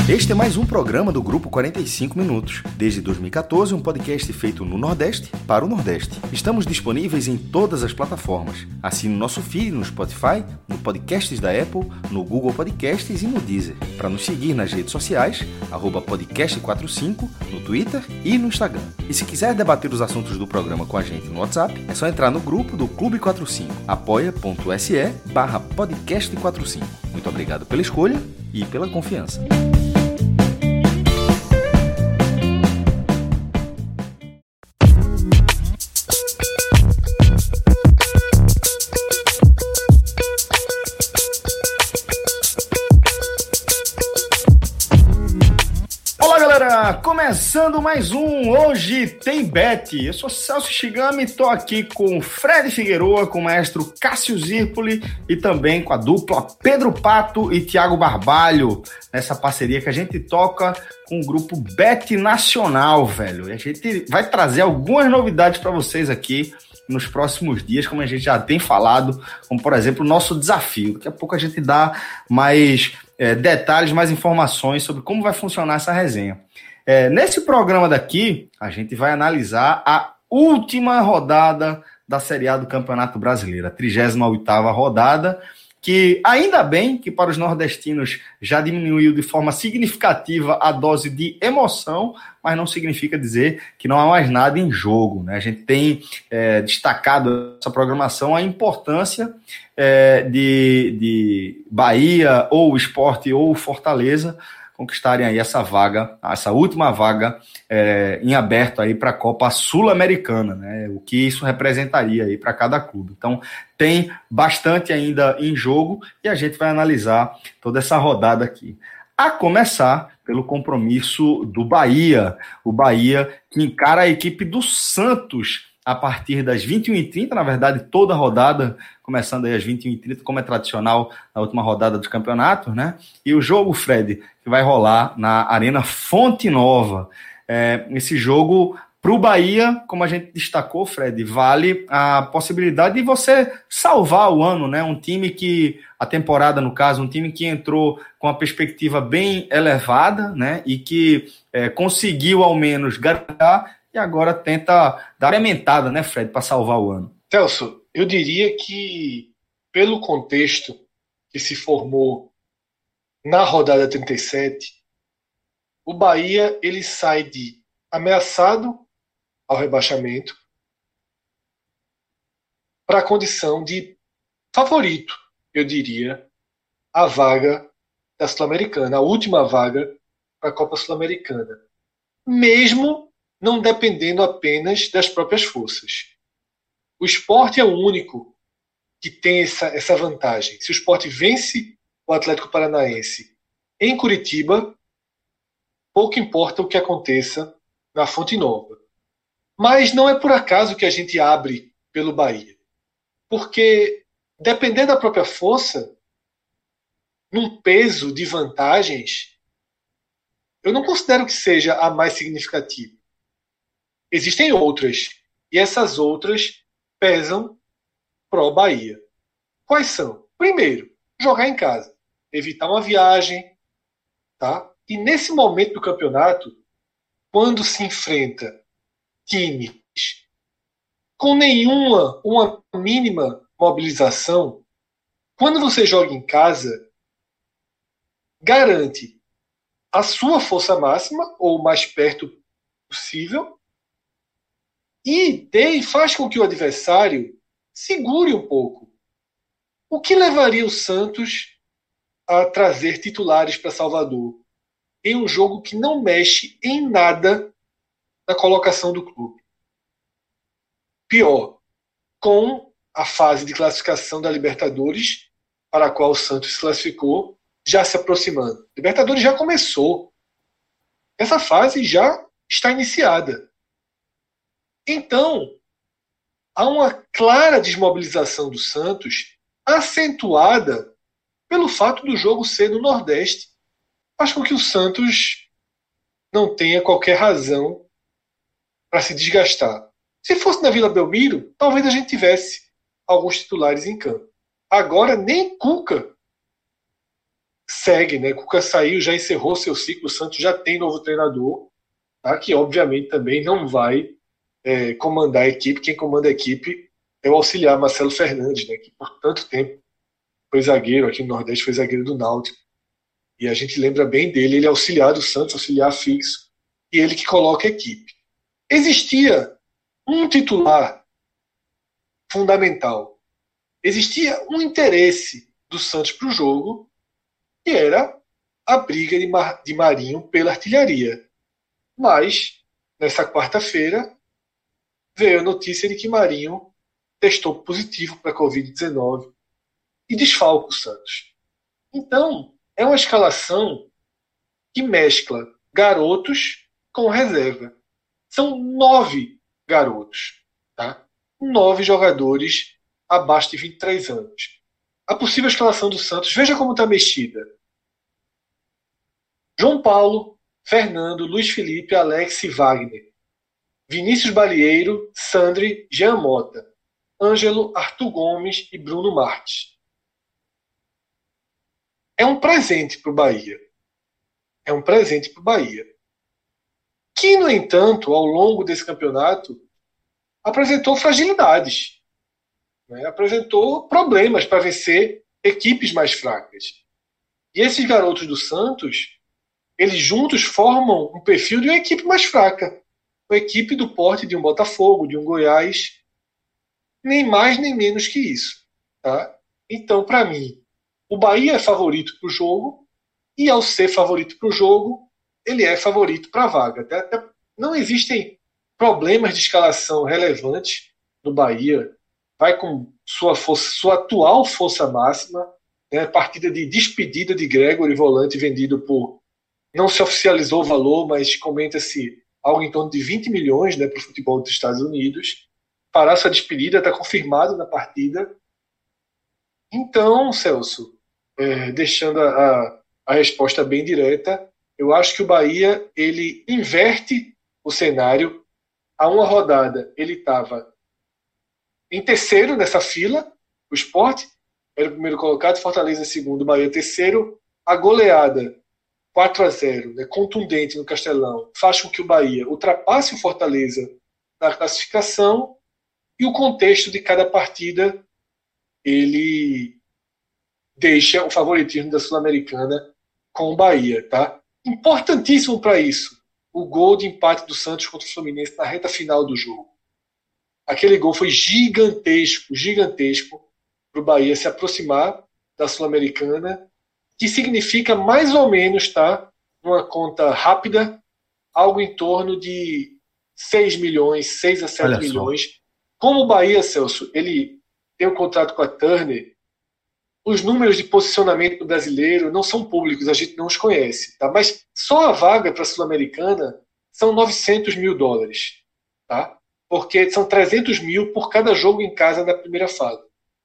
Este é mais um programa do Grupo 45 Minutos. Desde 2014, um podcast feito no Nordeste para o Nordeste. Estamos disponíveis em todas as plataformas. Assine o nosso feed no Spotify, no Podcasts da Apple, no Google Podcasts e no Deezer. Para nos seguir nas redes sociais, @podcast45, no Twitter e no Instagram. E se quiser debater os assuntos do programa com a gente no WhatsApp, é só entrar no grupo do Clube 45, apoia.se/podcast45. Muito obrigado pela escolha e pela confiança. Começando mais um Hoje Tem Bet. Eu sou Celso Shigami, estou aqui com o Fred Figueroa, com o maestro Cássio Zirpoli e também com a dupla Pedro Pato e Thiago Barbalho, nessa parceria que a gente toca com o grupo Bet Nacional, velho. E a gente vai trazer algumas novidades para vocês aqui nos próximos dias, como a gente já tem falado, como por exemplo o nosso desafio. Daqui a pouco a gente dá mais detalhes, mais informações sobre como vai funcionar essa resenha. Nesse programa daqui, a gente vai analisar a última rodada da Série A do Campeonato Brasileiro, a 38ª rodada, que ainda bem que para os nordestinos já diminuiu de forma significativa a dose de emoção, mas não significa dizer que não há mais nada em jogo, né? A gente tem destacado essa programação a importância de Bahia, ou Sport, ou Fortaleza, conquistarem aí essa vaga, essa última vaga em aberto aí para a Copa Sul-Americana, né? O que isso representaria aí para cada clube. Então, tem bastante ainda em jogo e a gente vai analisar toda essa rodada aqui. A começar pelo compromisso do Bahia. O Bahia que encara a equipe do Santos a partir das 21h30, na verdade toda a rodada, começando aí às 21h30, como é tradicional na última rodada do campeonato, né? E o jogo, Fred, que vai rolar na Arena Fonte Nova. Esse jogo, para o Bahia, como a gente destacou, Fred, vale a possibilidade de você salvar o ano, né? Um time que, a temporada no caso, um time que entrou com uma perspectiva bem elevada, né? E que conseguiu ao menos garantir e agora tenta dar aumentada, né, Fred, para salvar o ano. Celso, eu diria que, pelo contexto que se formou na rodada 37, o Bahia ele sai de ameaçado ao rebaixamento para a condição de favorito, eu diria, a vaga da Sul-Americana, a última vaga para a Copa Sul-Americana. Mesmo não dependendo apenas das próprias forças. O Sport é o único que tem essa vantagem. Se o Sport vence o Atlético Paranaense em Curitiba, pouco importa o que aconteça na Fonte Nova. Mas não é por acaso que a gente abre pelo Bahia. Porque, dependendo da própria força, num peso de vantagens, eu não considero que seja a mais significativa. Existem outras, e essas outras pesam pró Bahia. Quais são? Primeiro, jogar em casa, evitar uma viagem, tá? E nesse momento do campeonato, quando se enfrenta times com uma mínima mobilização, quando você joga em casa, garante a sua força máxima, ou o mais perto possível, e faz com que o adversário segure um pouco. O que levaria o Santos a trazer titulares para Salvador em um jogo que não mexe em nada na colocação do clube? Pior, com a fase de classificação da Libertadores, para a qual o Santos se classificou, já se aproximando. Libertadores já começou. Essa fase já está iniciada. Então, há uma clara desmobilização do Santos, acentuada pelo fato do jogo ser no Nordeste. Faz com que o Santos não tenha qualquer razão para se desgastar. Se fosse na Vila Belmiro, talvez a gente tivesse alguns titulares em campo. Agora, nem Cuca segue, né? Cuca saiu, já encerrou seu ciclo, o Santos já tem novo treinador, tá? Que obviamente também não vai comandar a equipe. Quem comanda a equipe é o auxiliar Marcelo Fernandes, né? Que por tanto tempo foi zagueiro aqui no Nordeste, foi zagueiro do Náutico. E a gente lembra bem dele, ele é auxiliar do Santos, auxiliar fixo, e ele que coloca a equipe. Existia um titular fundamental. Existia um interesse do Santos para o jogo, que era a briga de Marinho pela artilharia. Mas, nessa quarta-feira, veio a notícia de que Marinho testou positivo para a Covid-19 e desfalca o Santos. Então, é uma escalação que mescla garotos com reserva. São 9 garotos, tá? 9 jogadores abaixo de 23 anos. A possível escalação do Santos, veja como está mexida. João Paulo, Fernando, Luiz Felipe, Alex e Wagner. Vinícius Balieiro, Sandri, Jean Mota. Ângelo, Arthur Gomes e Bruno Marques. É um presente para o Bahia. É um presente para o Bahia. Que, no entanto, ao longo desse campeonato, apresentou fragilidades. Né? Apresentou problemas para vencer equipes mais fracas. E esses garotos do Santos, eles juntos formam um perfil de uma equipe mais fraca. Uma equipe do porte de um Botafogo, de um Goiás. Nem mais nem menos que isso. Tá? Então, para mim, o Bahia é favorito para o jogo, e ao ser favorito para o jogo, ele é favorito para a vaga. Até não existem problemas de escalação relevantes no Bahia. Vai com sua atual força máxima, né? Partida de despedida de Gregory, volante vendido por... Não se oficializou o valor, mas comenta-se algo em torno de 20 milhões, né, para o futebol dos Estados Unidos. Fará sua despedida, está confirmado na partida. Então, Celso, deixando a resposta bem direta, eu acho que o Bahia ele inverte o cenário. A uma rodada ele estava em terceiro nessa fila, o Sport era o primeiro colocado, Fortaleza em segundo, o Bahia terceiro. A goleada 4-0, né, contundente no Castelão, faz com que o Bahia ultrapasse o Fortaleza na classificação, e o contexto de cada partida ele deixa o favoritismo da Sul-Americana com o Bahia, tá? Importantíssimo para isso, o gol de empate do Santos contra o Fluminense na reta final do jogo. Aquele gol foi gigantesco para o Bahia se aproximar da Sul-Americana, que significa mais ou menos, tá? Numa conta rápida, algo em torno de 6 milhões, 6 a 7 Olha milhões. só. Como o Bahia, Celso, ele tem um contrato com a Turner, os números de posicionamento do brasileiro não são públicos, a gente não os conhece, tá? Mas só a vaga para a Sul-Americana são 900 mil dólares, tá? Porque são 300 mil por cada jogo em casa da primeira fase.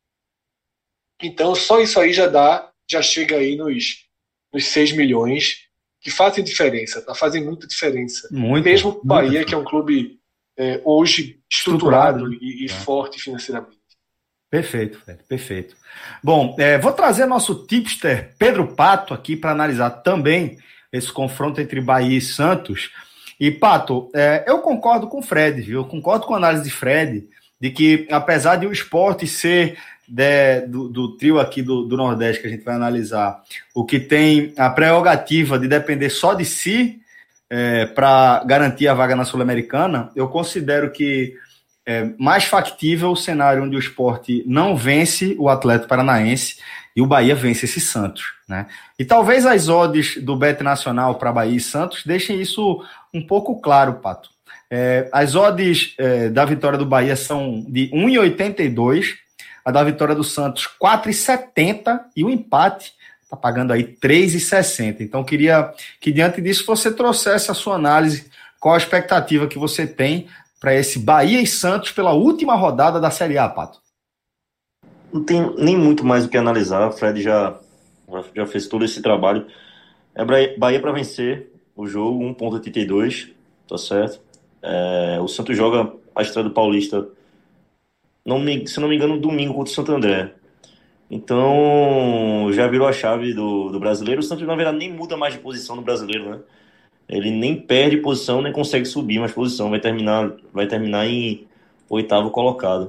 Então, só isso aí já chega aí nos 6 milhões, que fazem diferença, tá? Fazem muita diferença. Mesmo o Bahia, que é um clube hoje estruturado e forte financeiramente. Perfeito, Fred, perfeito. Bom, vou trazer nosso tipster Pedro Pato aqui para analisar também esse confronto entre Bahia e Santos. E, Pato, eu concordo com o Fred, viu? Eu concordo com a análise de Fred, de que apesar de o Sport ser do trio aqui do Nordeste que a gente vai analisar, o que tem a prerrogativa de depender só de si para garantir a vaga na Sul-Americana, eu considero que é mais factível o cenário onde o Sport não vence o Atlético Paranaense e o Bahia vence esse Santos, né? E talvez as odds do Bet Nacional para Bahia e Santos deixem isso um pouco claro, Pato. As odds da vitória do Bahia são de 1,82, a da vitória do Santos 4,70 e o empate está pagando aí 3,60. Então queria que diante disso você trouxesse a sua análise, qual a expectativa que você tem para esse Bahia e Santos pela última rodada da Série A, Pato? Não tem nem muito mais o que analisar. O Fred já fez todo esse trabalho. Bahia para vencer o jogo, 1,82, tá certo? O Santos joga a estreia do Paulista, se não me engano, domingo contra o Santo André. Então, já virou a chave do brasileiro. O Santos, na verdade, nem muda mais de posição no brasileiro, né? Ele nem perde posição, nem consegue subir mais posição. Vai terminar em oitavo colocado.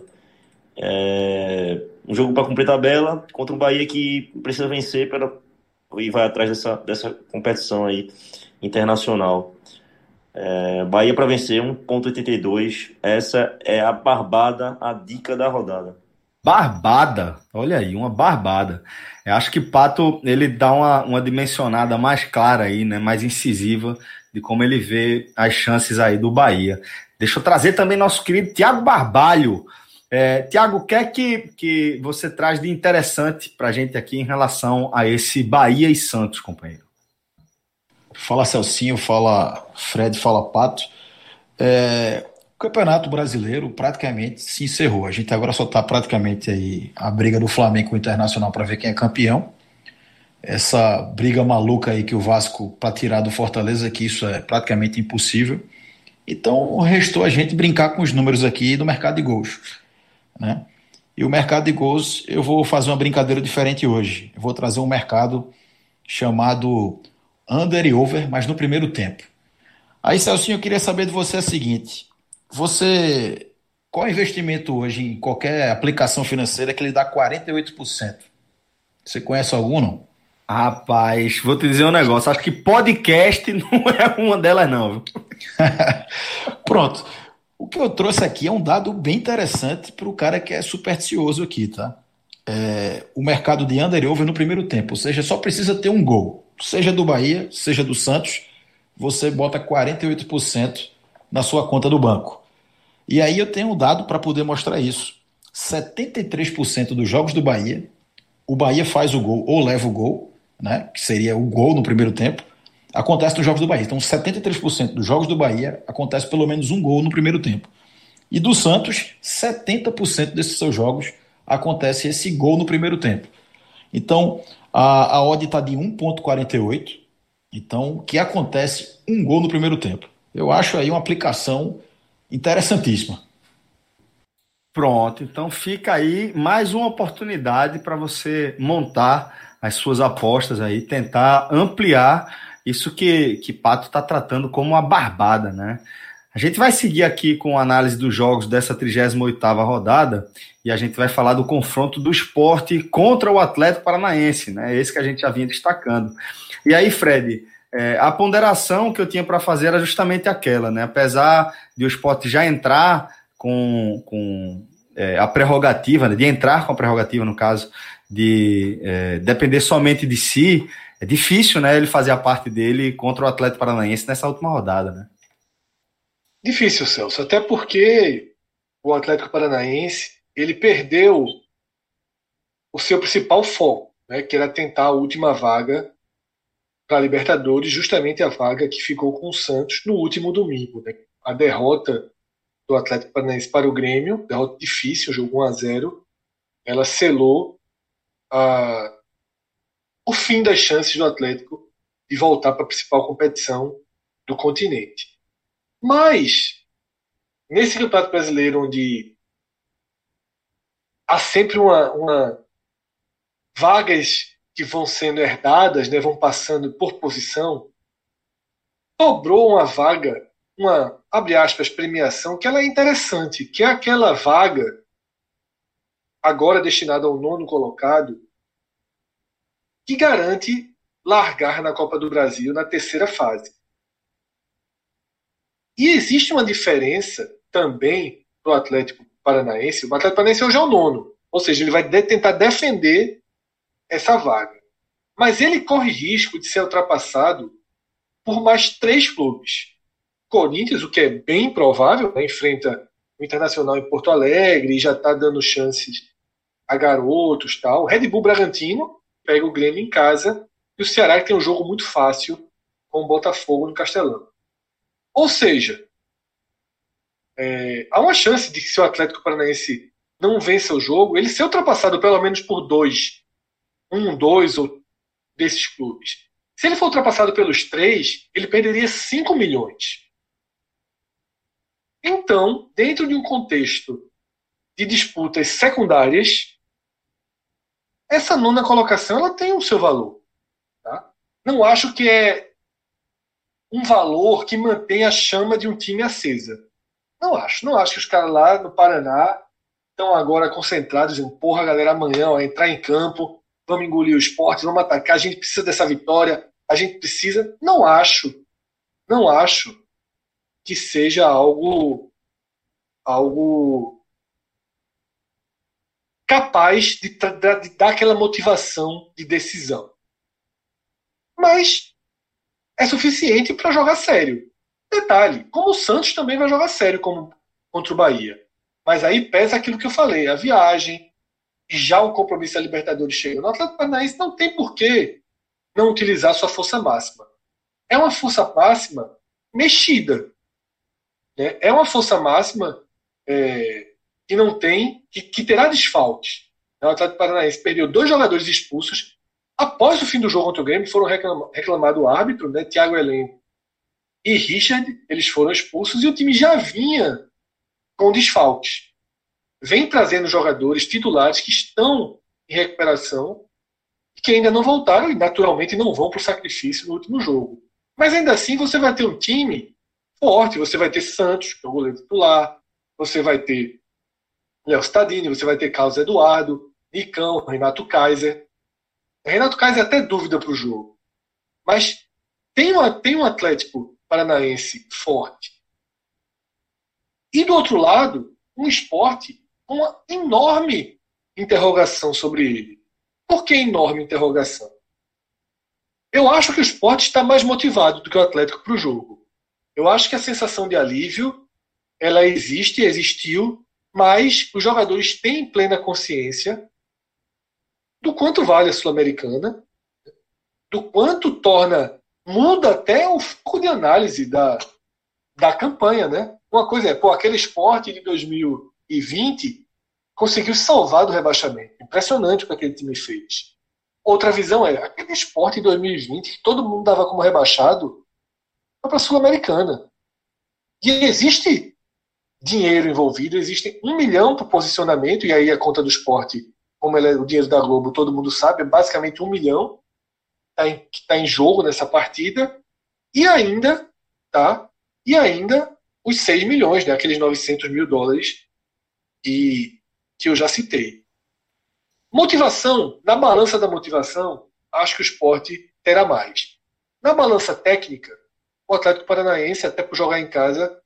Um jogo para cumprir tabela contra o Bahia que precisa vencer e vai atrás dessa competição aí internacional. Bahia para vencer 1,82. Essa é a barbada, a dica da rodada. Barbada, olha aí, uma barbada. Eu acho que Pato ele dá uma dimensionada mais clara aí, né, mais incisiva de como ele vê as chances aí do Bahia. Deixa eu trazer também nosso querido Tiago Barbalho. Tiago, o que é que você traz de interessante para a gente aqui em relação a esse Bahia e Santos, companheiro? Fala Celcinho, fala Fred, fala Pato. O Campeonato Brasileiro praticamente se encerrou. A gente agora só está praticamente aí a briga do Flamengo com o Internacional para ver quem é campeão. Essa briga maluca aí que o Vasco para tirar do Fortaleza, que isso é praticamente impossível. Então restou a gente brincar com os números aqui do mercado de gols, né? E o mercado de gols, eu vou fazer uma brincadeira diferente hoje. Eu vou trazer um mercado chamado under e over, mas no primeiro tempo. Aí, Celcinho, eu queria saber de você o seguinte: você, qual é o investimento hoje em qualquer aplicação financeira que lhe dá 48%? Você conhece algum, não? Rapaz, vou te dizer um negócio. Acho que podcast não é uma delas, não, viu? Pronto. O que eu trouxe aqui é um dado bem interessante para o cara que é supersticioso aqui, tá? O mercado de under e over no primeiro tempo, ou seja, só precisa ter um gol, seja do Bahia, seja do Santos, você bota 48% na sua conta do banco. E aí eu tenho um dado para poder mostrar isso. 73% dos jogos do Bahia, o Bahia faz o gol ou leva o gol, né, que seria o gol no primeiro tempo, acontece nos jogos do Bahia. Então 73% dos jogos do Bahia acontece pelo menos um gol no primeiro tempo. E do Santos, 70% desses seus jogos acontece esse gol no primeiro tempo. Então, a odd está de 1,48. Então, que acontece um gol no primeiro tempo. Eu acho aí uma aplicação interessantíssima. Pronto, então fica aí mais uma oportunidade para você montar as suas apostas aí, tentar ampliar isso que Pato está tratando como uma barbada, né? A gente vai seguir aqui com a análise dos jogos dessa 38ª rodada e a gente vai falar do confronto do Sport contra o Atlético Paranaense, né? Esse que a gente já vinha destacando. E aí, Fred, a ponderação que eu tinha para fazer era justamente aquela, né? Apesar de o Sport já entrar com a prerrogativa, né? De entrar com a prerrogativa, no caso, de depender somente de si, é difícil, né? Ele fazer a parte dele contra o Atlético Paranaense nessa última rodada, né? Difícil, Celso, até porque o Atlético Paranaense ele perdeu o seu principal foco, né, que era tentar a última vaga para a Libertadores, justamente a vaga que ficou com o Santos no último domingo. Né? A derrota do Atlético Paranaense para o Grêmio, derrota difícil, jogo 1-0, ela selou o fim das chances do Atlético de voltar para a principal competição do continente. Mas, nesse Campeonato Brasileiro, onde há sempre uma vagas que vão sendo herdadas, né, vão passando por posição, sobrou uma vaga, uma, abre aspas, premiação, que ela é interessante, que é aquela vaga agora destinada ao nono colocado, que garante largar na Copa do Brasil na terceira fase. E existe uma diferença também para o Atlético Paranaense. O Atlético Paranaense hoje é o nono, ou seja, ele vai tentar defender essa vaga. Mas ele corre risco de ser ultrapassado por mais 3 clubes. Corinthians, o que é bem provável, né, enfrenta o Internacional em Porto Alegre e já está dando chances a garotos, tal. O Red Bull Bragantino pega o Grêmio em casa e o Ceará que tem um jogo muito fácil com o Botafogo no Castelão. Ou seja, há uma chance de que se o Atlético Paranaense não vença o jogo, ele ser ultrapassado pelo menos por dois ou desses clubes. Se ele for ultrapassado pelos 3, ele perderia 5 milhões. Então, dentro de um contexto de disputas secundárias, essa nona colocação ela tem o seu valor. Tá? Não acho que é um valor que mantém a chama de um time acesa. Não acho. Não acho que os caras lá no Paraná estão agora concentrados em, porra, galera, amanhã, ó, entrar em campo, vamos engolir o Sport, vamos atacar, a gente precisa dessa vitória, a gente precisa. Não acho que seja algo capaz de dar aquela motivação de decisão. Mas é suficiente para jogar sério. Detalhe, como o Santos também vai jogar sério contra o Bahia. Mas aí pesa aquilo que eu falei, a viagem, e já o compromisso da Libertadores chega. O Atlético Paranaense não tem por que não utilizar sua força máxima. É uma força máxima mexida. Né? É uma força máxima que não tem, que terá desfalques. O Atlético Paranaense perdeu 2 jogadores expulsos. Após o fim do jogo contra o Grêmio, foram reclamar do árbitro, né? Thiago Heleno e Richard, eles foram expulsos e o time já vinha com desfalques. Vem trazendo jogadores titulares que estão em recuperação e que ainda não voltaram e naturalmente não vão para o sacrifício no último jogo. Mas ainda assim você vai ter um time forte, você vai ter Santos, que é o goleiro titular, você vai ter Léo Stadini, você vai ter Carlos Eduardo, Nicão, Renato Kaiser. Renato Kaiser até dúvida para o jogo. Mas tem um Atlético Paranaense forte. E do outro lado, um Sport com uma enorme interrogação sobre ele. Por que enorme interrogação? Eu acho que o Sport está mais motivado do que o Atlético para o jogo. Eu acho que a sensação de alívio ela existiu, mas os jogadores têm plena consciência do quanto vale a Sul-Americana, do quanto muda até o foco de análise da campanha, né? Uma coisa é, aquele Sport de 2020 conseguiu salvar do rebaixamento. Impressionante o que aquele time fez. Outra visão é, aquele Sport de 2020 que todo mundo dava como rebaixado foi para a Sul-Americana. E existe dinheiro envolvido, existe 1 milhão para o posicionamento, e aí a conta do Sport, como é o dinheiro da Globo, todo mundo sabe, é basicamente 1 milhão que está em jogo nessa partida, e ainda os 6 milhões, né, aqueles 900 mil dólares que eu já citei. Motivação, na balança da motivação, acho que o Sport terá mais. Na balança técnica, o Atlético Paranaense, até por jogar em casa,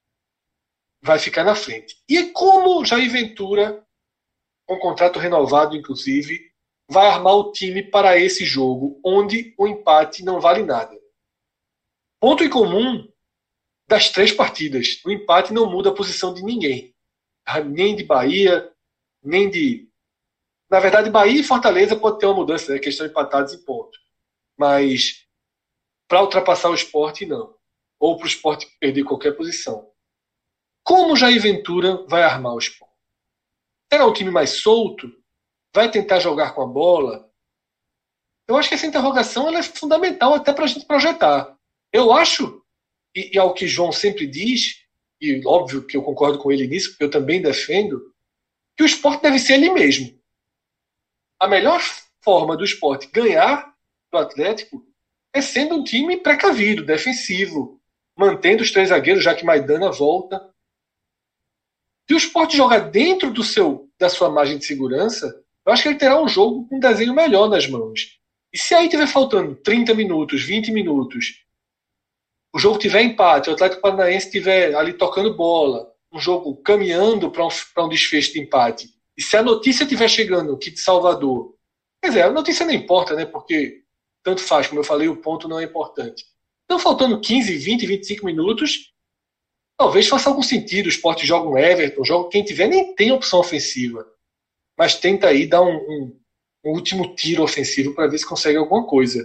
vai ficar na frente. E como Jair Ventura, com contrato renovado, inclusive, vai armar o time para esse jogo, onde o empate não vale nada. Ponto em comum das 3 partidas. O empate não muda a posição de ninguém. Nem de Bahia, nem de... Na verdade, Bahia e Fortaleza pode ter uma mudança, né? Que estão empatados em ponto. Mas para ultrapassar o Sport, não. Ou para o Sport perder qualquer posição. Como Jair Ventura vai armar o Sport? Será um time mais solto? Vai tentar jogar com a bola? Eu acho que essa interrogação ela é fundamental até para a gente projetar. Eu acho, e ao que João sempre diz, e óbvio que eu concordo com ele nisso, porque eu também defendo, que o Sport deve ser ele mesmo. A melhor forma do Sport ganhar do Atlético é sendo um time precavido, defensivo, mantendo os 3 zagueiros, já que Maidana volta. Se o Sport jogar dentro da sua margem de segurança, eu acho que ele terá um jogo com um desenho melhor nas mãos. E se aí tiver faltando 30 minutos, 20 minutos, o jogo tiver empate, o Atlético Paranaense estiver ali tocando bola, um jogo caminhando para um desfecho de empate, e se a notícia estiver chegando aqui de Salvador, quer dizer, a notícia não importa, né? Porque tanto faz, como eu falei, o ponto não é importante. Então, faltando 15, 20, 25 minutos, talvez faça algum sentido. O Sport joga um Everton, joga quem tiver, nem tem opção ofensiva. Mas tenta aí dar um último tiro ofensivo para ver se consegue alguma coisa.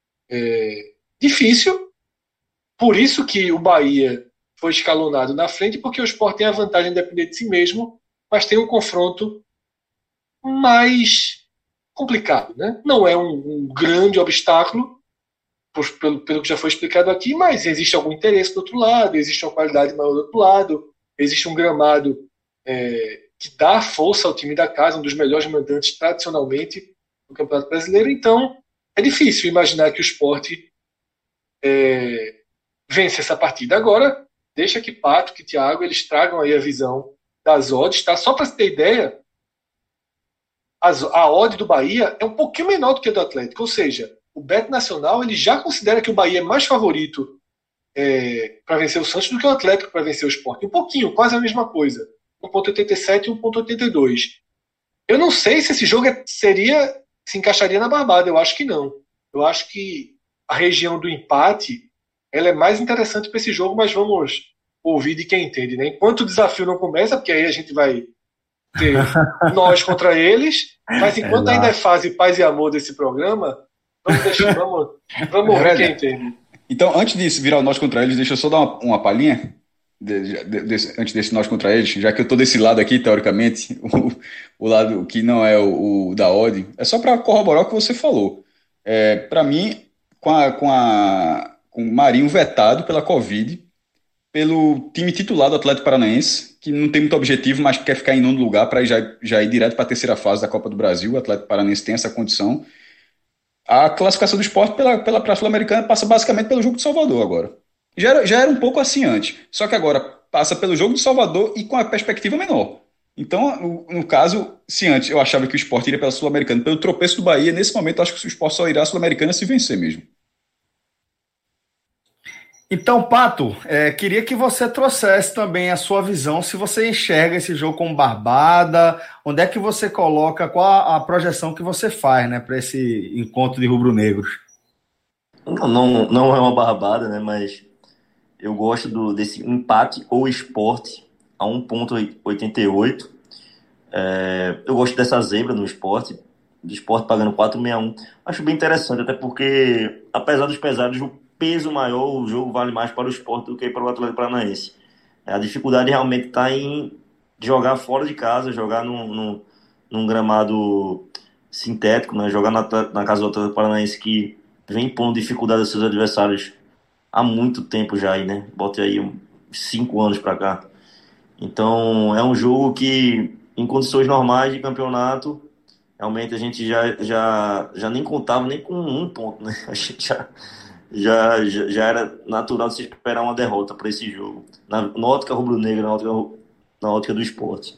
Difícil. Por isso que o Bahia foi escalonado na frente, porque o Sport tem a vantagem de depender de si mesmo, mas tem um confronto mais complicado. Né? Não é um grande obstáculo, pelo que já foi explicado aqui, mas existe algum interesse do outro lado, existe uma qualidade maior do outro lado, existe um gramado que dá força ao time da casa, um dos melhores mandantes tradicionalmente no Campeonato Brasileiro, então é difícil imaginar que o Sport vence essa partida. Agora, deixa que Pato, que Thiago, eles tragam aí a visão das odds, tá? Só para você ter ideia, a odd do Bahia é um pouquinho menor do que a do Atlético, ou seja, o Bet Nacional ele já considera que o Bahia é mais favorito para vencer o Santos do que o Atlético para vencer o Sport. Um pouquinho, quase a mesma coisa. 1,87 e 1,82. Eu não sei se esse jogo se encaixaria na barbada, eu acho que não. Eu acho que a região do empate ela é mais interessante para esse jogo, mas vamos ouvir de quem entende, né? Enquanto o desafio não começa, porque aí a gente vai ter nós contra eles, mas enquanto ainda é fase paz e amor desse programa, vamos ver quem entende. Então, antes disso virar o nós contra eles, deixa eu só dar uma palhinha antes desse nós contra eles, já que eu tô desse lado aqui, teoricamente, o lado que não é o da odd, é só para corroborar o que você falou. Para mim, com o Marinho vetado pela Covid, pelo time titular do Atlético Paranaense, que não tem muito objetivo, mas quer ficar em nono lugar para já ir direto para a terceira fase da Copa do Brasil. O Atlético Paranaense tem essa condição. A classificação do Sport pela Sul-Americana passa basicamente pelo jogo de Salvador agora. Já era um pouco assim antes, só que agora passa pelo jogo de Salvador e com a perspectiva menor. Então, no caso, se antes eu achava que o Sport iria pela Sul-Americana pelo tropeço do Bahia, nesse momento eu acho que o Sport só irá à Sul-Americana se vencer mesmo. Então, Pato, queria que você trouxesse também a sua visão, se você enxerga esse jogo como barbada, onde é que você coloca, qual a projeção que você faz, né, para esse encontro de rubro-negros? Não é uma barbada, né, mas eu gosto desse empate ou Sport a 1,88. Eu gosto dessa zebra no Sport, do Sport pagando 4,61. Acho bem interessante, até porque, apesar dos pesares, o peso maior, o jogo vale mais para o Sport do que para o Atlético Paranaense. A dificuldade realmente está em jogar fora de casa, jogar num gramado sintético, né? Jogar na casa do Atlético Paranaense, que vem pondo dificuldade aos seus adversários há muito tempo já, aí, né? Bote aí 5 anos para cá. Então, é um jogo que, em condições normais de campeonato, realmente a gente já nem contava nem com 1 ponto, né? A gente já era natural de se esperar uma derrota para esse jogo. Na ótica rubro-negra, na ótica do Sport.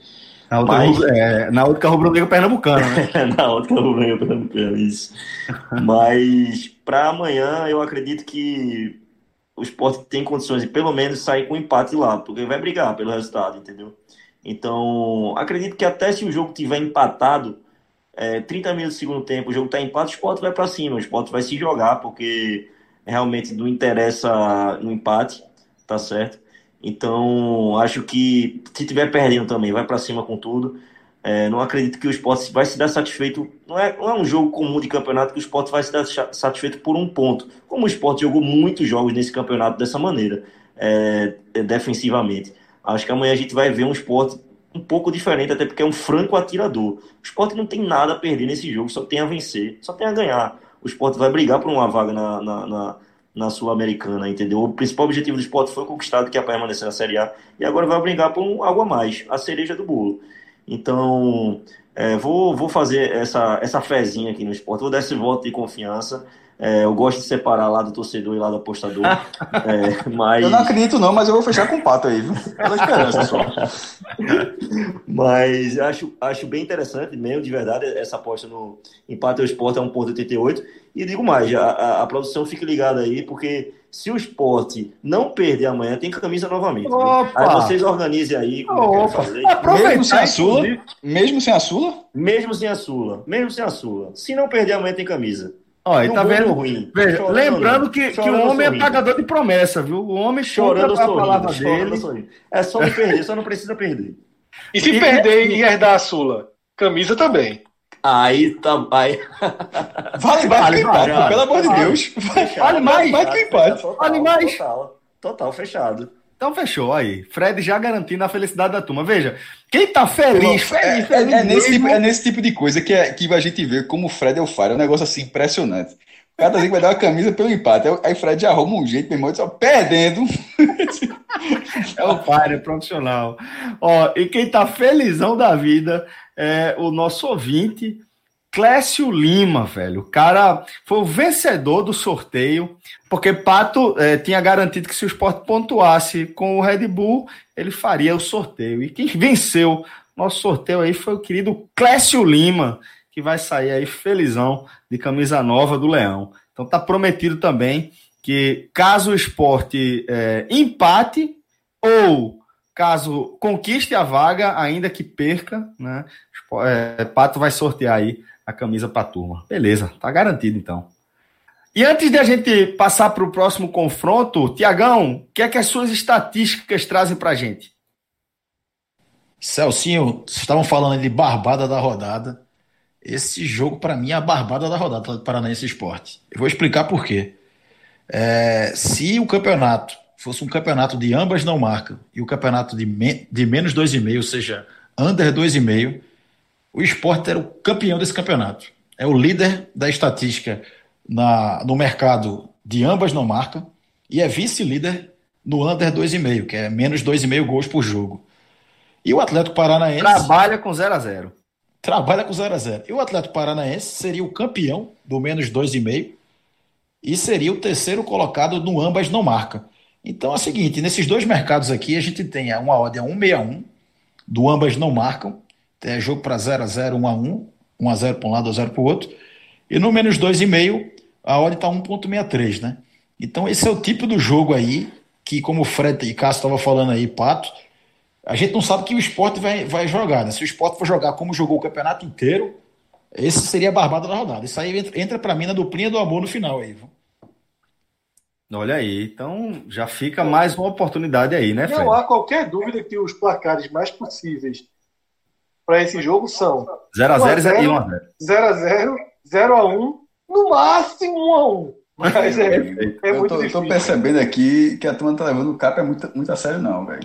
Na ótica rubro-negra pernambucana, né? Na ótica rubro-negra pernambucana, isso. Mas para amanhã eu acredito que o Sport tem condições de pelo menos sair com um empate lá, porque vai brigar pelo resultado, entendeu? Então, acredito que até se o jogo tiver empatado, 30 minutos do segundo tempo, o jogo está empate, o Sport vai para cima, o Sport vai se jogar, porque realmente não interessa no empate, tá certo? Então, acho que se tiver perdendo também, vai para cima com tudo. Não acredito que o Sport vai se dar satisfeito. Não é um jogo comum de campeonato que o Sport vai se dar satisfeito por 1 ponto. Como o Sport jogou muitos jogos nesse campeonato dessa maneira, defensivamente. Acho que amanhã a gente vai ver um Sport um pouco diferente, até porque é um franco atirador. O Sport não tem nada a perder nesse jogo, só tem a vencer, só tem a ganhar. O Sport vai brigar por uma vaga na Sul-Americana, entendeu? O principal objetivo do Sport foi conquistado, que é permanecer na Série A, e agora vai brigar por algo a mais, a cereja do bolo. Então, vou fazer essa fezinha aqui no Sport, vou dar esse voto de confiança. Eu gosto de separar lá do torcedor e lá do apostador. Mas... Eu não acredito não, mas eu vou fechar com o Pato aí, viu? Pela esperança só. Mas acho bem interessante mesmo, de verdade, essa aposta no empate ao Sport a 1,88. E digo mais, a produção fique ligada aí, porque se o Sport não perder amanhã, tem camisa novamente. Aí vocês organizem aí como querem fazer. Mesmo sem a Sula? Mesmo sem a Sula? Mesmo sem a Sula. Se não perder amanhã, tem camisa. Olha, tá vendo? Ruim. Veja, lembrando que o homem é pagador de promessa, viu? O homem chorando a palavra dele. É só não perder, só não precisa perder. E se perder e herdar a Sula? Camisa também. Aí tá. Aí... Vale mais que o empate, pelo amor de Deus. Vale mais que o empate. Vale mais. Total, fechado. Então fechou aí. Fred já garantindo a felicidade da turma. Veja, quem tá feliz. Nesse tipo de coisa que a gente vê como o Fred é o Fire. É um negócio assim impressionante. O cara tá dizendo que vai dar uma camisa pelo empate. Aí Fred já arruma um jeito, meu irmão, só perdendo. É o Fire, é profissional. Ó, e quem tá felizão da vida é o nosso ouvinte, Clécio Lima, velho. O cara foi o vencedor do sorteio, porque Pato tinha garantido que se o Sport pontuasse com o Red Bull, ele faria o sorteio. E quem venceu nosso sorteio aí foi o querido Clécio Lima, que vai sair aí felizão de camisa nova do Leão. Então tá prometido também que caso o Sport empate ou caso conquiste a vaga, ainda que perca, né? Pato vai sortear aí a camisa para a turma. Beleza, tá garantido então. E antes de a gente passar para o próximo confronto, Tiagão, o que é que as suas estatísticas trazem para a gente? Celcinho, vocês estavam falando de barbada da rodada. Esse jogo, para mim, é a barbada da rodada do Paranaense Esporte. Eu vou explicar por quê. Se o campeonato fosse um campeonato de ambas não marcam e o campeonato de menos 2,5, ou seja, under 2,5, o Sport era o campeão desse campeonato. É o líder da estatística no mercado de ambas não marcam e é vice-líder no under 2,5, que é menos 2,5 gols por jogo. E o Atlético Paranaense... Trabalha com 0-0. Trabalha com 0-0. E o Atlético Paranaense seria o campeão do menos 2,5 e seria o terceiro colocado no ambas não marca. Então é o seguinte, nesses dois mercados aqui a gente tem uma odd a 1,61 do ambas não marcam, é jogo para 0-0, 1-1, 1-0 para um lado, 2-0 para o outro, e no menos 2,5 a odd está 1,63, né? Então esse é o tipo do jogo aí que, como o Fred e Cássio estavam falando aí, Pato, a gente não sabe que o Sport vai jogar, né? Se o Sport for jogar como jogou o campeonato inteiro, esse seria a barbada da rodada. Isso aí entra para mim na duplinha do amor no final aí, viu? Olha aí, então já fica mais uma oportunidade aí, né, Fred? Não há qualquer dúvida que os placares mais possíveis para esse jogo são 0-0 e 1-0. 0-0, 0-1, no máximo 1-1. Mas é muito difícil. Eu tô percebendo aqui que a turma tá levando o Cap muito a sério, não, velho.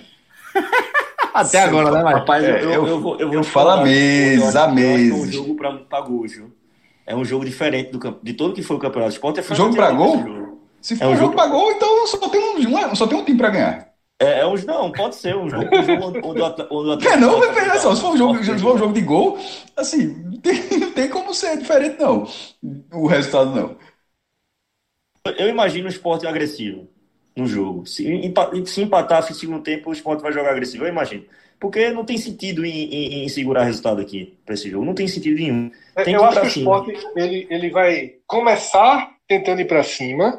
Até agora, né, Mário? Rapaz, eu falo há meses. É um jogo pra gol, viu? É um jogo diferente de todo que foi o campeonato. O Sport é jogo pra gol? Se for um jogo pra gol, então só tem um time pra ganhar. Não, pode ser um jogo onde o Atlético... Não, veja só, se for um jogo de gol, assim, não tem como ser diferente, não. O resultado, não. Eu imagino o Sport agressivo no jogo. Se empatar no segundo tempo, o Sport vai jogar agressivo, eu imagino. Porque não tem sentido em segurar resultado aqui para esse jogo. Não tem sentido nenhum. Eu acho que o Sport ele vai começar tentando ir para cima,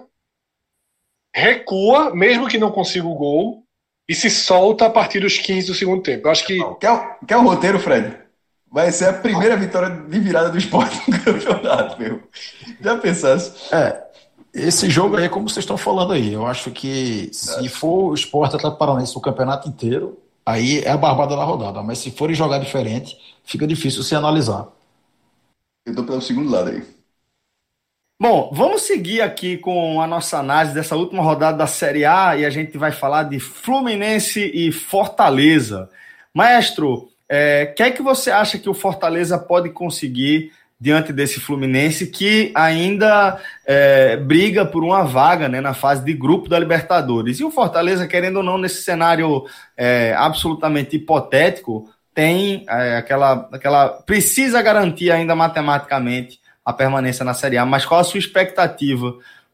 recua, mesmo que não consiga o gol, e se solta a partir dos 15 do segundo tempo. Eu acho que... Quer o roteiro, Fred? Vai ser a primeira vitória de virada do Sport no campeonato, meu. Já pensasse? Esse jogo aí é como vocês estão falando aí. Eu acho que se for o Sport Atlético Paranaense o campeonato inteiro, aí é a barbada da rodada. Mas se forem jogar diferente, fica difícil se analisar. Eu tô pelo segundo lado aí. Bom, vamos seguir aqui com a nossa análise dessa última rodada da Série A e a gente vai falar de Fluminense e Fortaleza. Maestro, o que é que você acha que o Fortaleza pode conseguir diante desse Fluminense que ainda briga por uma vaga, né, na fase de grupo da Libertadores? E o Fortaleza, querendo ou não, nesse cenário absolutamente hipotético, tem aquela precisa garantir ainda matematicamente a permanência na Série A, mas qual a sua expectativa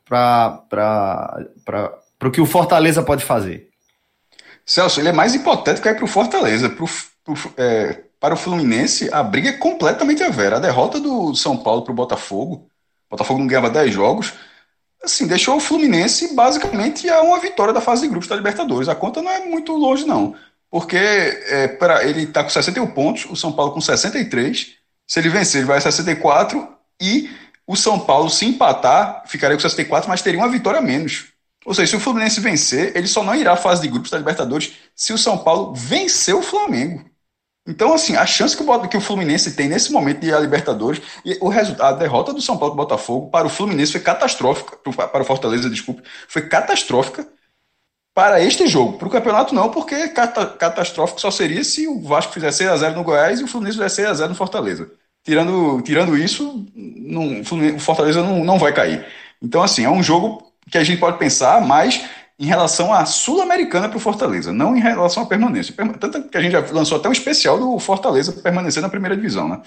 para o que o Fortaleza pode fazer? Celso, ele é mais hipotético aí para o Fortaleza. Para o Fluminense, a briga é completamente a vera. A derrota do São Paulo para o Botafogo não ganhava 10 jogos, assim, deixou o Fluminense basicamente a uma vitória da fase de grupos da Libertadores. A conta não é muito longe, não, porque ele está com 61 pontos, o São Paulo com 63. Se ele vencer, ele vai a 64. E o São Paulo, se empatar, ficaria com 64, mas teria uma vitória a menos. Ou seja, se o Fluminense vencer, ele só não irá à fase de grupos da Libertadores se o São Paulo vencer o Flamengo. Então, assim, a chance que o Fluminense tem nesse momento de ir à Libertadores, e a derrota do São Paulo do Botafogo para o Fluminense foi catastrófica, para o Fortaleza, desculpe, foi catastrófica para este jogo. Para o campeonato não, porque catastrófico só seria se o Vasco fizesse 6-0 no Goiás e o Fluminense fizesse 6-0 no Fortaleza. Tirando isso, o Fortaleza não vai cair. Então, assim, é um jogo que a gente pode pensar mais em relação à Sul-Americana para o Fortaleza, não em relação à permanência. Tanto que a gente já lançou até um especial do Fortaleza permanecer na primeira divisão, né?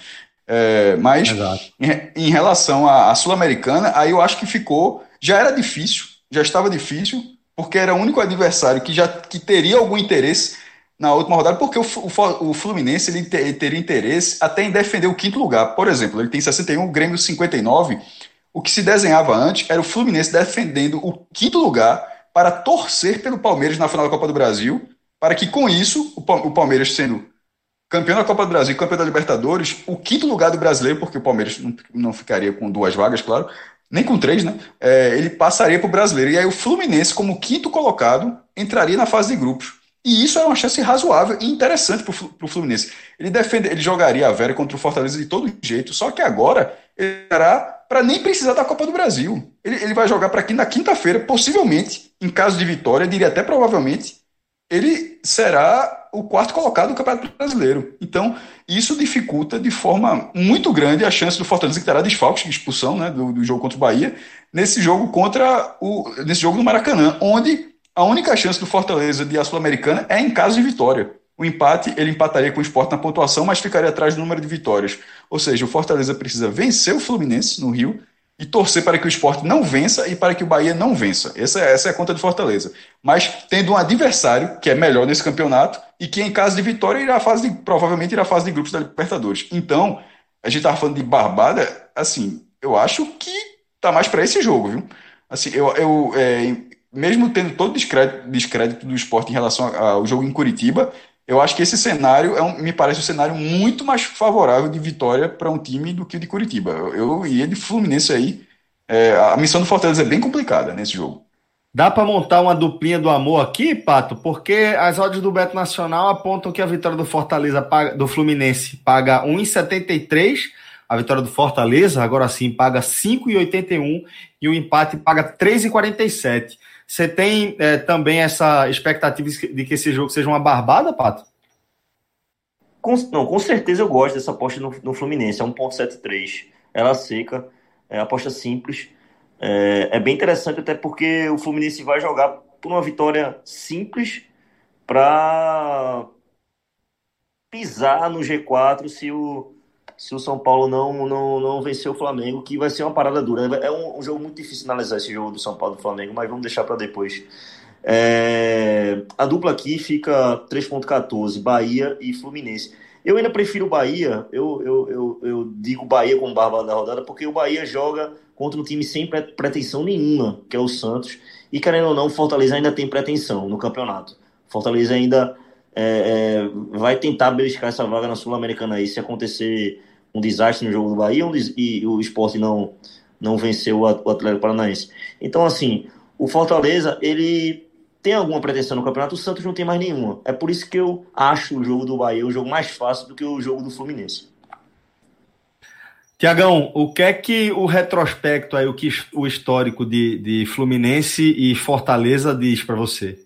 Mas em relação à Sul-Americana, aí eu acho que já era difícil, já estava difícil, porque era o único adversário que teria algum interesse na última rodada, porque o Fluminense ele teria interesse até em defender o quinto lugar. Por exemplo, ele tem 61, o Grêmio 59. O que se desenhava antes era o Fluminense defendendo o quinto lugar para torcer pelo Palmeiras na final da Copa do Brasil, para que com isso, o Palmeiras sendo campeão da Copa do Brasil e campeão da Libertadores, o quinto lugar do brasileiro, porque o Palmeiras não ficaria com 2 vagas, claro, nem com 3, né? Ele passaria para o brasileiro. E aí o Fluminense, como quinto colocado, entraria na fase de grupos. E isso era uma chance razoável e interessante para o Fluminense. Ele jogaria a Vera contra o Fortaleza de todo jeito, só que agora ele será para nem precisar da Copa do Brasil. Ele vai jogar para aqui na quinta-feira, possivelmente, em caso de vitória, diria até provavelmente, ele será o quarto colocado do Campeonato Brasileiro. Então, isso dificulta de forma muito grande a chance do Fortaleza, que terá desfalques de expulsão, né, do jogo contra o Bahia, nesse jogo no Maracanã, onde a única chance do Fortaleza de a Sul-Americana é em caso de vitória. O empate, ele empataria com o Sport na pontuação, mas ficaria atrás do número de vitórias. Ou seja, o Fortaleza precisa vencer o Fluminense no Rio e torcer para que o Sport não vença e para que o Bahia não vença. Essa é a conta do Fortaleza. Mas tendo um adversário que é melhor nesse campeonato e que, em caso de vitória, provavelmente irá à fase de grupos da Libertadores. Então, a gente estava falando de barbada, assim, eu acho que tá mais para esse jogo, viu? Assim, mesmo tendo todo o descrédito do Sport em relação ao jogo em Curitiba, eu acho que esse cenário me parece um cenário muito mais favorável de vitória para um time do que o de Curitiba. Eu ia de Fluminense aí. A missão do Fortaleza é bem complicada nesse jogo. Dá para montar uma duplinha do amor aqui, Pato? Porque as odds do Beto Nacional apontam que a vitória do do Fluminense paga 1,73, a vitória do Fortaleza, agora sim, paga 5,81 e o empate paga 3,47. Você tem também essa expectativa de que esse jogo seja uma barbada, Pato? Com certeza eu gosto dessa aposta no Fluminense, é 1,73. Ela seca, é aposta simples. É bem interessante até porque o Fluminense vai jogar por uma vitória simples para pisar no G4 se o São Paulo não vencer o Flamengo, que vai ser uma parada dura. É um jogo muito difícil analisar esse jogo do São Paulo e do Flamengo, mas vamos deixar para depois. A dupla aqui fica 3,14, Bahia e Fluminense. Eu ainda prefiro o Bahia, eu digo Bahia como barba da rodada, porque o Bahia joga contra um time sem pretensão nenhuma, que é o Santos, e querendo ou não, o Fortaleza ainda tem pretensão no campeonato. O Fortaleza ainda vai tentar beliscar essa vaga na Sul-Americana aí, se acontecer um desastre no jogo do Bahia e o Sport não venceu o Atlético Paranaense. Então, assim, o Fortaleza, ele tem alguma pretensão no campeonato, o Santos não tem mais nenhuma. É por isso que eu acho o jogo do Bahia o jogo mais fácil do que o jogo do Fluminense. Tiagão, o que é que o retrospecto aí, o histórico de Fluminense e Fortaleza diz para você?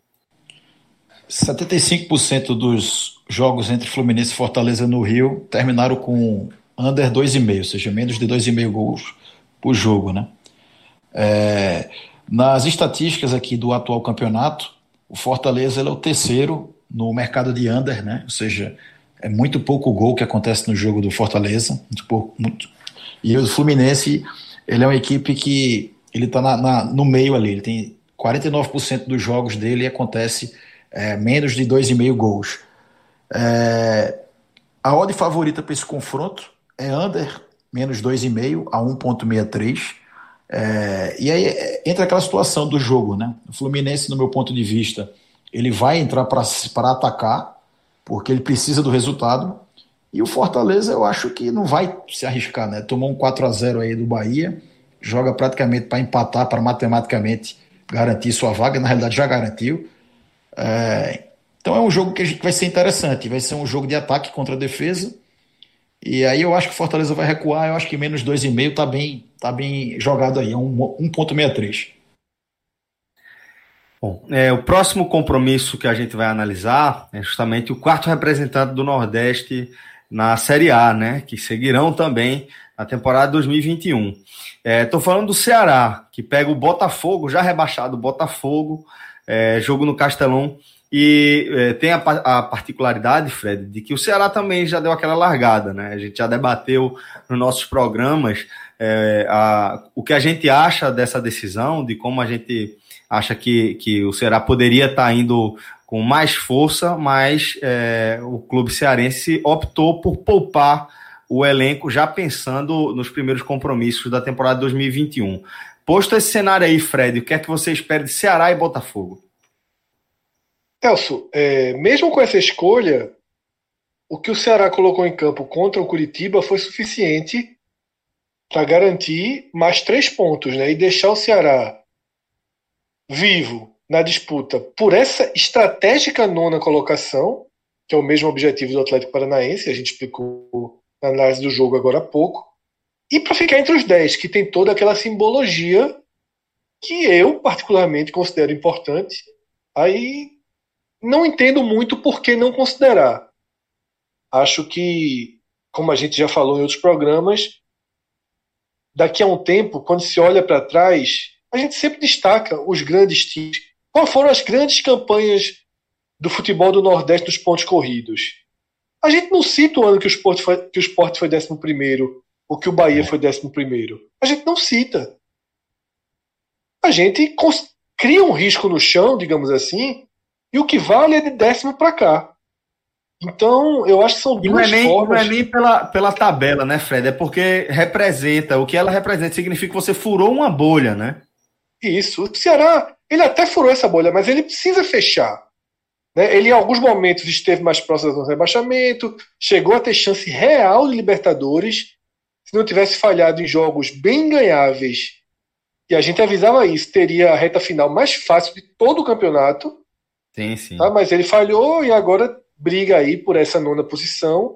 75% dos jogos entre Fluminense e Fortaleza no Rio terminaram com under 2,5, ou seja, menos de 2,5 gols por jogo, né? Nas estatísticas aqui do atual campeonato, o Fortaleza é o terceiro no mercado de under, né? Ou seja, é muito pouco gol que acontece no jogo do Fortaleza, muito pouco. E o Fluminense, ele é uma equipe que ele está no meio ali, ele tem 49% dos jogos dele acontece menos de 2,5 gols. A odd favorita para esse confronto é under, menos 2,5 a 1,63. E aí entra aquela situação do jogo, né? O Fluminense, no meu ponto de vista, ele vai entrar para atacar, porque ele precisa do resultado. E o Fortaleza, eu acho que não vai se arriscar, né? Tomou um 4-0 aí do Bahia, joga praticamente para empatar, para matematicamente garantir sua vaga, na realidade já garantiu. Então é um jogo que vai ser interessante, vai ser um jogo de ataque contra a defesa, e aí eu acho que o Fortaleza vai recuar, eu acho que menos 2,5 tá bem jogado aí, é 1,63. Bom, o próximo compromisso que a gente vai analisar é justamente o quarto representante do Nordeste na Série A, né, que seguirão também na temporada 2021. Estou falando do Ceará, que pega o Botafogo, já rebaixado o Botafogo, jogo no Castelão, E tem a particularidade, Fred, de que o Ceará também já deu aquela largada, né? A gente já debateu nos nossos programas o que a gente acha dessa decisão, de como a gente acha que o Ceará poderia estar indo com mais força, mas o clube cearense optou por poupar o elenco já pensando nos primeiros compromissos da temporada 2021. Posto esse cenário aí, Fred, o que é que você espera de Ceará e Botafogo? Celso, mesmo com essa escolha, o que o Ceará colocou em campo contra o Curitiba foi suficiente para garantir mais 3 pontos, né? E deixar o Ceará vivo na disputa por essa estratégica 9ª colocação, que é o mesmo objetivo do Atlético Paranaense, a gente explicou na análise do jogo agora há pouco, e para ficar entre os 10, que tem toda aquela simbologia que eu particularmente considero importante. Aí não entendo muito por que não considerar. Acho que, como a gente já falou em outros programas, daqui a um tempo, quando se olha para trás, a gente sempre destaca os grandes times. Quais foram as grandes campanhas do futebol do Nordeste nos pontos corridos? A gente não cita o ano que o Sport foi 11º, ou que o Bahia foi 11º. A gente não cita. A gente cria um risco no chão, digamos assim, e o que vale é de 10º para cá. Então, eu acho que são duas formas... Não é nem pela tabela, né, Fred? É porque representa, o que ela representa significa que você furou uma bolha, né? Isso. O Ceará, ele até furou essa bolha, mas ele precisa fechar. Né? Ele, em alguns momentos, esteve mais próximo do rebaixamento, chegou a ter chance real de Libertadores, se não tivesse falhado em jogos bem ganháveis, e a gente avisava isso, teria a reta final mais fácil de todo o campeonato. Sim, sim. Tá? Mas ele falhou e agora briga aí por essa 9ª posição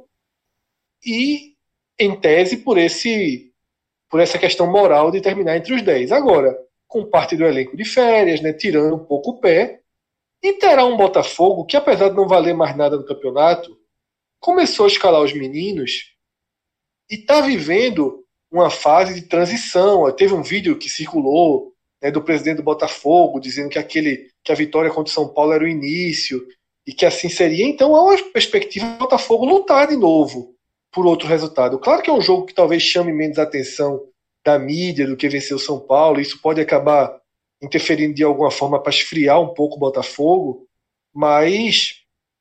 e, em tese, por essa questão moral de terminar entre os 10. Agora, com parte do elenco de férias, né, tirando um pouco o pé, e terá um Botafogo que, apesar de não valer mais nada no campeonato, começou a escalar os meninos e está vivendo uma fase de transição. Teve um vídeo que circulou, né, do presidente do Botafogo dizendo que a vitória contra o São Paulo era o início e que assim seria. Então há uma perspectiva do Botafogo lutar de novo por outro resultado. Claro que é um jogo que talvez chame menos atenção da mídia do que vencer o São Paulo. Isso pode acabar interferindo de alguma forma para esfriar um pouco o Botafogo, mas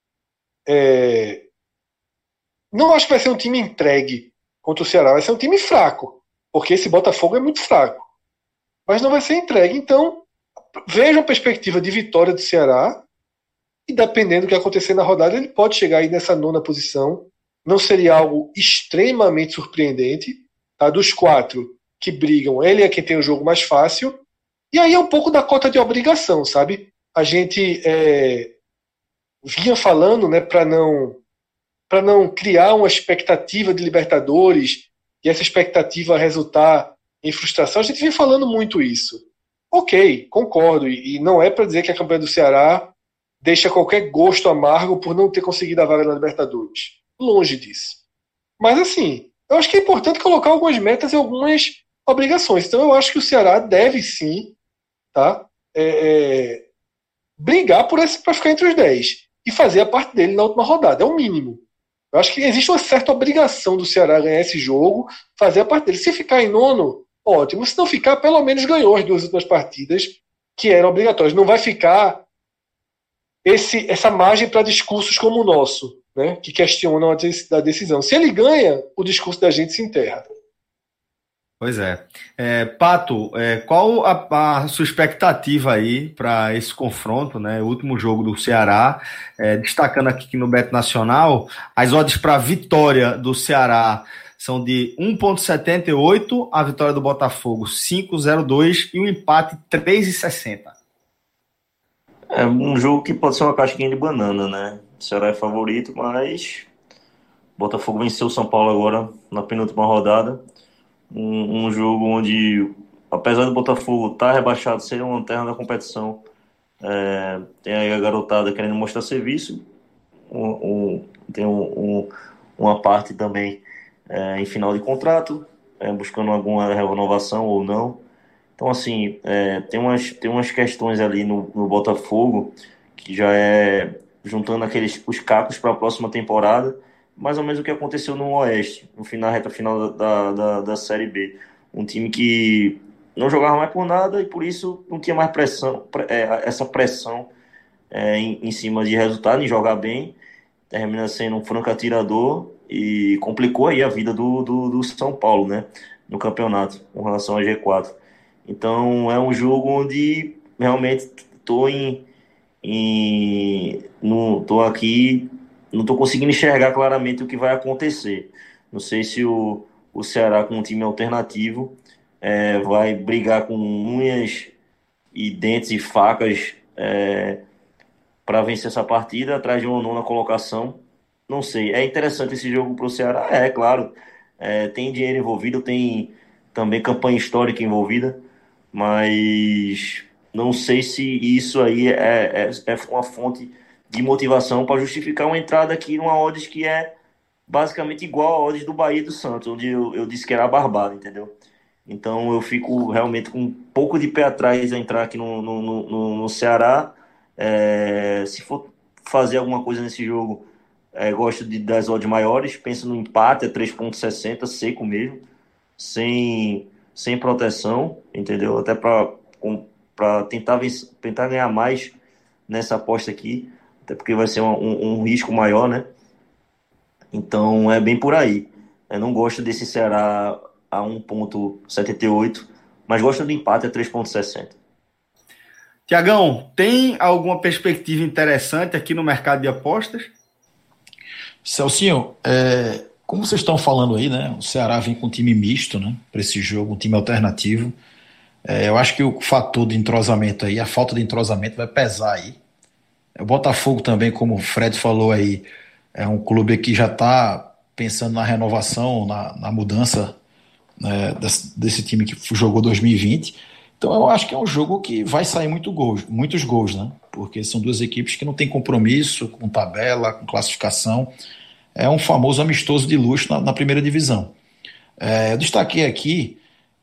não acho que vai ser um time entregue contra o Ceará. Vai ser um time fraco, porque esse Botafogo é muito fraco. Mas não vai ser entregue. Então, veja a perspectiva de vitória do Ceará e, dependendo do que acontecer na rodada, ele pode chegar aí nessa 9ª posição. Não seria algo extremamente surpreendente. Tá? Dos 4 que brigam, ele é quem tem o jogo mais fácil. E aí é um pouco da cota de obrigação, sabe? A gente vinha falando, né, para não criar uma expectativa de Libertadores e essa expectativa resultar em frustração. A gente vinha falando muito isso. Ok, concordo. E não é para dizer que a campanha do Ceará deixa qualquer gosto amargo por não ter conseguido a vaga na Libertadores. Longe disso. Mas assim, eu acho que é importante colocar algumas metas e algumas obrigações. Então eu acho que o Ceará deve sim, tá, brigar para ficar entre os 10 e fazer a parte dele na última rodada. É o mínimo. Eu acho que existe uma certa obrigação do Ceará ganhar esse jogo, fazer a parte dele. Se ficar em 9º, ótimo. Se não ficar, pelo menos ganhou as 2 últimas partidas que eram obrigatórias. Não vai ficar essa margem para discursos como o nosso, né, que questionam a decisão. Se ele ganha, o discurso da gente se enterra. Pois é. Pato, qual a sua expectativa aí para esse confronto, né? O último jogo do Ceará, destacando aqui no Beto Nacional, as odds para a vitória do Ceará são de 1,78, a vitória do Botafogo 5,02 e o empate 3,60. É um jogo que pode ser uma casquinha de banana, né? O Ceará é favorito, mas o Botafogo venceu o São Paulo agora na penúltima rodada. Um jogo onde, apesar do Botafogo estar rebaixado, ser uma lanterna da competição, tem aí a garotada querendo mostrar serviço, tem uma parte também em final de contrato, buscando alguma renovação ou não. Então, assim, tem umas questões ali no Botafogo que já é juntando os cacos para a próxima temporada, mais ou menos o que aconteceu no Oeste, no final, reta final da Série B. Um time que não jogava mais por nada e por isso não tinha mais essa pressão em cima de resultado, em jogar bem, termina sendo um franco atirador e complicou aí a vida do São Paulo, né, no campeonato, com relação ao G4. Então é um jogo onde realmente tô aqui, não estou conseguindo enxergar claramente o que vai acontecer. Não sei se o Ceará, com um time alternativo, vai brigar com unhas e dentes e facas para vencer essa partida, atrás de uma nona colocação. Não sei. É interessante esse jogo para o Ceará? É, claro. Tem dinheiro envolvido, tem também campanha histórica envolvida, mas não sei se isso aí é uma fonte de motivação para justificar uma entrada aqui numa odds que é basicamente igual a odds do Bahia e do Santos, onde eu disse que era barbada, entendeu? Então eu fico realmente com um pouco de pé atrás a entrar aqui no Ceará. Se for fazer alguma coisa nesse jogo, gosto das odds maiores, penso no empate a 3,60, seco mesmo, sem proteção, entendeu? Até para tentar ganhar mais nessa aposta aqui, até porque vai ser um risco maior, né? Então é bem por aí. Eu não gosto desse Ceará a 1,78, mas gosto do empate a 3,60. Tiagão, tem alguma perspectiva interessante aqui no mercado de apostas? Celcinho, como vocês estão falando aí, né? O Ceará vem com um time misto, né? Para esse jogo, um time alternativo. Eu acho que o fator de entrosamento aí, a falta de entrosamento vai pesar aí. O Botafogo também, como o Fred falou aí, é um clube que já está pensando na renovação, na mudança, né, desse time que jogou 2020. Então eu acho que é um jogo que vai sair muitos gols, né? Porque são duas equipes que não têm compromisso com tabela, com classificação. É um famoso amistoso de luxo na primeira divisão. Eu destaquei aqui,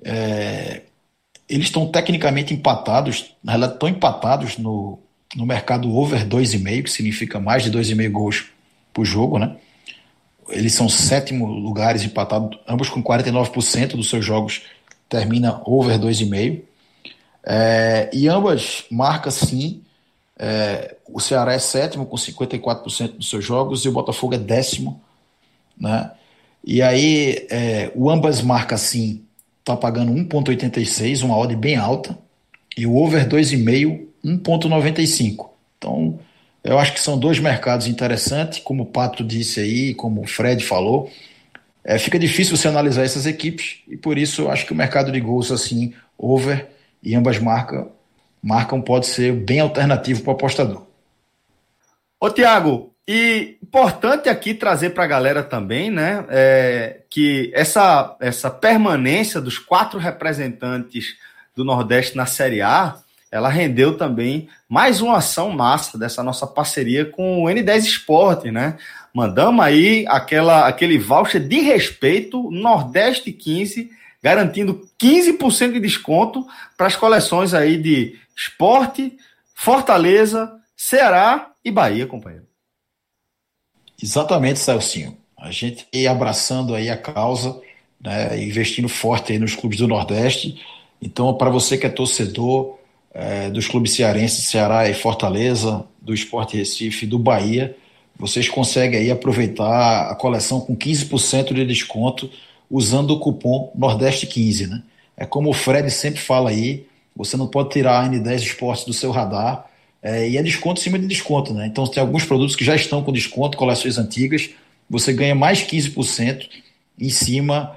eles estão tecnicamente empatados, na realidade estão empatados no mercado over 2,5, que significa mais de 2,5 gols por jogo, né? Eles são 7º lugares empatados, ambos com 49% dos seus jogos termina over 2,5. E ambas marcas sim. O Ceará é 7º com 54% dos seus jogos e o Botafogo é 10º, né? E aí o ambas marcas sim está pagando 1,86, uma odd bem alta, e o over 2,5 1,95. Então eu acho que são dois mercados interessantes, como o Pato disse aí, como o Fred falou. Fica difícil você analisar essas equipes e por isso eu acho que o mercado de gols assim, over e ambas marcam pode ser bem alternativo para o apostador. Ô Tiago, e importante aqui trazer para a galera também, né, que essa permanência dos 4 representantes do Nordeste na Série A, ela rendeu também mais uma ação massa dessa nossa parceria com o N10 Sport, né? Mandamos aí aquele voucher de respeito Nordeste 15, garantindo 15% de desconto para as coleções aí de Sport, Fortaleza, Ceará e Bahia, companheiro. Exatamente, Celcinho. A gente ia abraçando aí a causa, né, investindo forte aí nos clubes do Nordeste. Então, para você que é torcedor dos clubes cearenses, Ceará e Fortaleza, do Sport Recife, do Bahia, vocês conseguem aí aproveitar a coleção com 15% de desconto usando o cupom Nordeste 15, né? É como o Fred sempre fala aí, você não pode tirar a N10 Esportes do seu radar, e é desconto em cima de desconto, né? Então tem alguns produtos que já estão com desconto, coleções antigas, você ganha mais 15% em cima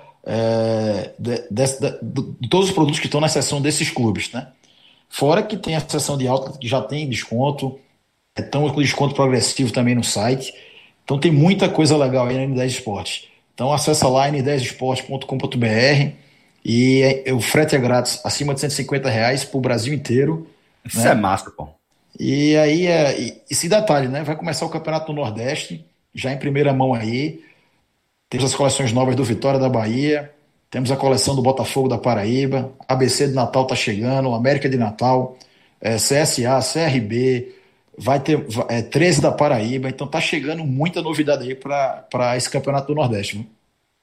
de todos os produtos que estão na seção desses clubes, né? Fora que tem a seção de alta que já tem desconto, estão com desconto progressivo também no site. Então tem muita coisa legal aí na N10 Esportes. Então acessa lá n10esportes.com.br e o frete é grátis, acima de R$150 para o Brasil inteiro. Isso, né? É massa, pô. E aí, esse detalhe, né? Vai começar o Campeonato do Nordeste, já em primeira mão aí. Temos as coleções novas do Vitória da Bahia, temos a coleção do Botafogo da Paraíba, ABC de Natal tá chegando, América de Natal, CSA, CRB, vai ter 13 da Paraíba, então tá chegando muita novidade aí para esse campeonato do Nordeste, viu?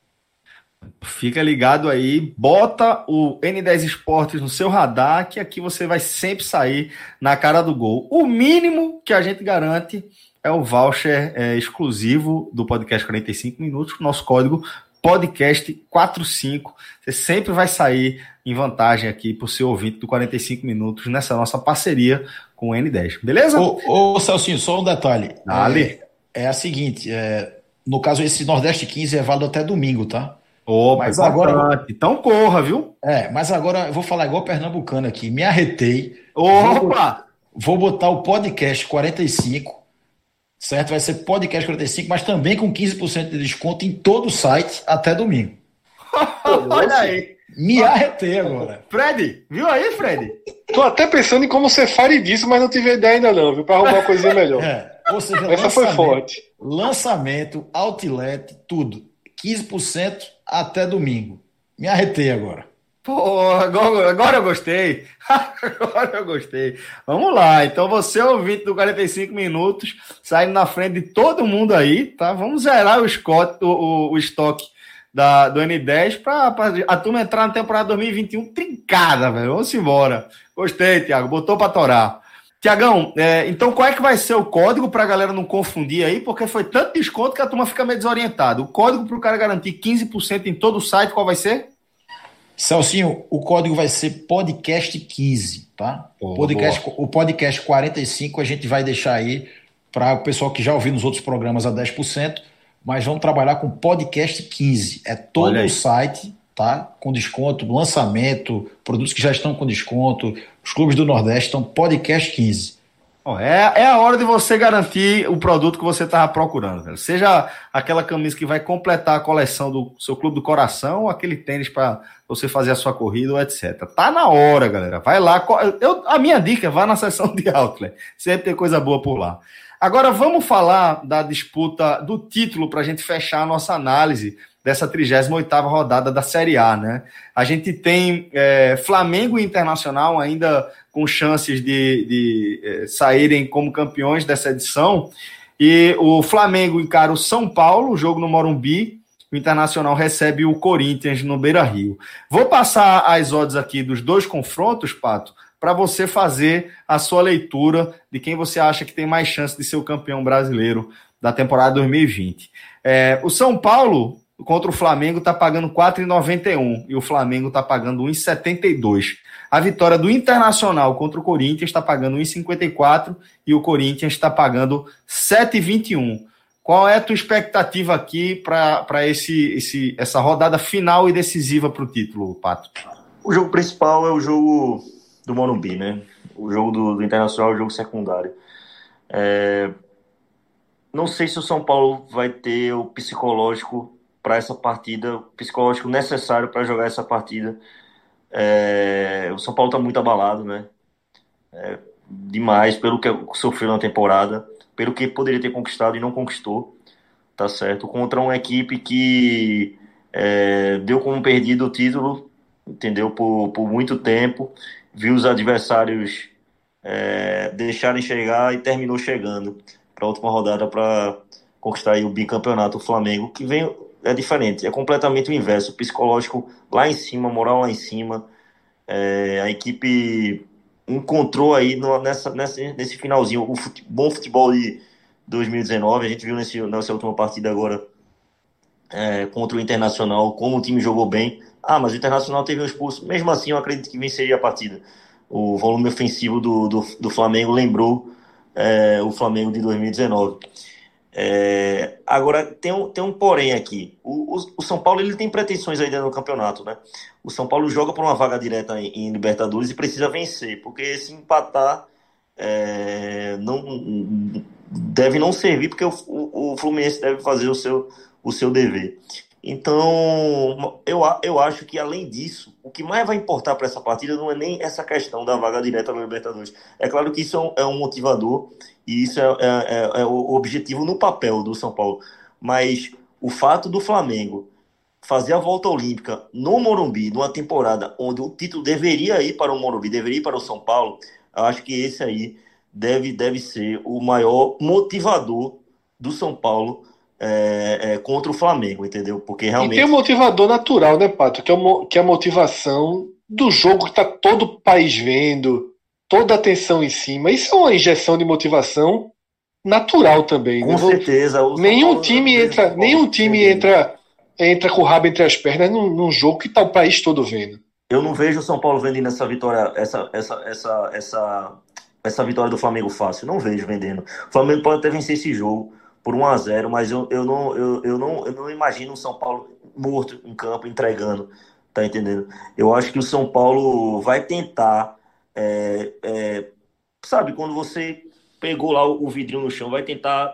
Fica ligado aí, bota o N10 Esportes no seu radar, que aqui você vai sempre sair na cara do gol. O mínimo que a gente garante é o voucher exclusivo do podcast 45 minutos, nosso código podcast45. Você sempre vai sair em vantagem aqui por ser ouvinte do 45 minutos nessa nossa parceria com o N10, beleza? Ô Celcinho, só um detalhe. Dale. É a seguinte, no caso esse Nordeste 15 é válido até domingo, tá? Mas agora, então corra, viu? Mas agora eu vou falar igual pernambucano aqui. Me arretei. Opa! Vou botar o podcast 45, certo? Vai ser podcast 45, mas também com 15% de desconto em todo o site até domingo. Olha aí. Me arretei agora. Fred, viu aí, Fred? Tô até pensando em como você fare disso, mas não tive ideia ainda não, viu? Pra arrumar uma coisinha melhor. Ou seja, essa foi forte. Lançamento, outlet, tudo. 15% até domingo. Me arretei agora. Pô, agora eu gostei. Agora eu gostei. Vamos lá. Então, você, ouvinte do 45 minutos, saindo na frente de todo mundo aí, tá? Vamos zerar o estoque do N10 para a turma entrar na temporada 2021 trincada, velho. Vamos embora. Gostei, Thiago. Botou para torar. Tiagão, então qual é que vai ser o código para a galera não confundir aí? Porque foi tanto desconto que a turma fica meio desorientada. O código para o cara garantir 15% em todo o site, qual vai ser? Celcinho, o código vai ser podcast15, tá? O podcast 45 a gente vai deixar aí para o pessoal que já ouviu nos outros programas a 10%, mas vamos trabalhar com podcast 15. É todo o site, tá? Com desconto, lançamento, produtos que já estão com desconto, os clubes do Nordeste estão podcast 15. É a hora de você garantir o produto que você estava procurando, velho. Seja aquela camisa que vai completar a coleção do seu clube do coração, ou aquele tênis para você fazer a sua corrida, ou etc. Tá na hora, galera. Vai lá. A minha dica é vá na seção de outlet. Sempre tem coisa boa por lá. Agora vamos falar da disputa do título para a gente fechar a nossa análise dessa 38ª rodada da Série A, né? A gente tem Flamengo e Internacional ainda com chances de saírem como campeões dessa edição, e o Flamengo encara o São Paulo, jogo no Morumbi, o Internacional recebe o Corinthians no Beira-Rio. Vou passar as odds aqui dos dois confrontos, Pato, para você fazer a sua leitura de quem você acha que tem mais chance de ser o campeão brasileiro da temporada 2020. O São Paulo contra o Flamengo está pagando 4,91 e o Flamengo está pagando 1,72. A vitória do Internacional contra o Corinthians está pagando 1,54 e o Corinthians está pagando 7,21. Qual é a tua expectativa aqui para essa rodada final e decisiva para o título, Pato? O jogo principal é o jogo do Morumbi, né? O jogo do Internacional é o jogo secundário. Não sei se o São Paulo vai ter o psicológico para essa partida, o psicológico necessário para jogar essa partida. O São Paulo está muito abalado, né? Demais pelo que sofreu na temporada, pelo que poderia ter conquistado e não conquistou, tá certo? Contra uma equipe que deu como perdido o título, entendeu? Por muito tempo, viu os adversários deixarem chegar e terminou chegando para a última rodada para conquistar aí o bicampeonato. O Flamengo, que é diferente, é completamente o inverso, psicológico lá em cima, moral lá em cima. A equipe encontrou aí nesse finalzinho o bom futebol de 2019. A gente viu nessa última partida agora contra o Internacional como o time jogou bem. Mas o Internacional teve um expulso, mesmo assim eu acredito que venceria a partida. O volume ofensivo do Flamengo lembrou o Flamengo de 2019. Agora tem um porém aqui. O São Paulo ele tem pretensões ainda no campeonato, né? O São Paulo joga por uma vaga direta em Libertadores e precisa vencer, porque se empatar deve não servir, porque o Fluminense deve fazer o seu dever. Então eu acho que além disso, o que mais vai importar para essa partida não é nem essa questão da vaga direta na Libertadores. É claro que isso é um motivador e isso é o objetivo no papel do São Paulo, mas o fato do Flamengo fazer a volta olímpica no Morumbi, numa temporada onde o título deveria ir para o Morumbi, deveria ir para o São Paulo, eu acho que esse aí deve ser o maior motivador do São Paulo contra o Flamengo, entendeu? Porque realmente... E tem um motivador natural, né, Pato? Que é a motivação do jogo que está todo o país vendo, toda a atenção em cima. Isso é uma injeção de motivação natural também, Com né? certeza. Nenhum time entra com o rabo entre as pernas num jogo que está o país todo vendo. Eu não vejo o São Paulo vendendo essa vitória, essa vitória do Flamengo fácil. Não vejo vendendo. O Flamengo pode até vencer esse jogo por 1-0, mas eu não imagino o São Paulo morto em campo, entregando. Tá entendendo? Eu acho que o São Paulo vai tentar, sabe, quando você pegou lá o vidrinho no chão, vai tentar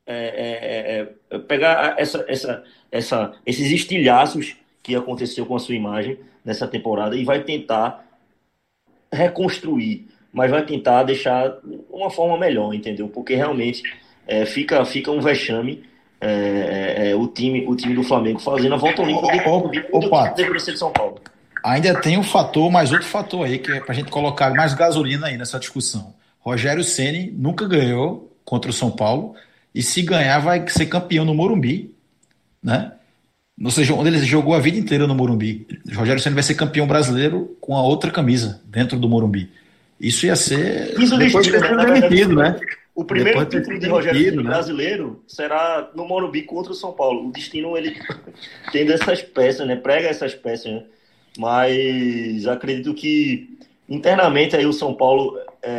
pegar esses estilhaços que aconteceu com a sua imagem nessa temporada e vai tentar reconstruir, mas vai tentar deixar uma forma melhor, entendeu? Porque realmente fica um vexame o time do Flamengo fazendo a volta olímpica do que deveria ser de São Paulo. Ainda tem um fator, mais outro fator aí, que é pra gente colocar mais gasolina aí nessa discussão. Rogério Ceni nunca ganhou contra o São Paulo, e se ganhar vai ser campeão no Morumbi, né? Ou seja, onde ele jogou a vida inteira no Morumbi. O Rogério Ceni vai ser campeão brasileiro com a outra camisa dentro do Morumbi. Isso ia ser... Depois de ter sido demitido, né? O primeiro título de Rogério Ceni brasileiro será no Morumbi contra o São Paulo. O destino, ele tendo essas peças, né? Prega essas peças, né? Mas acredito que internamente aí o São Paulo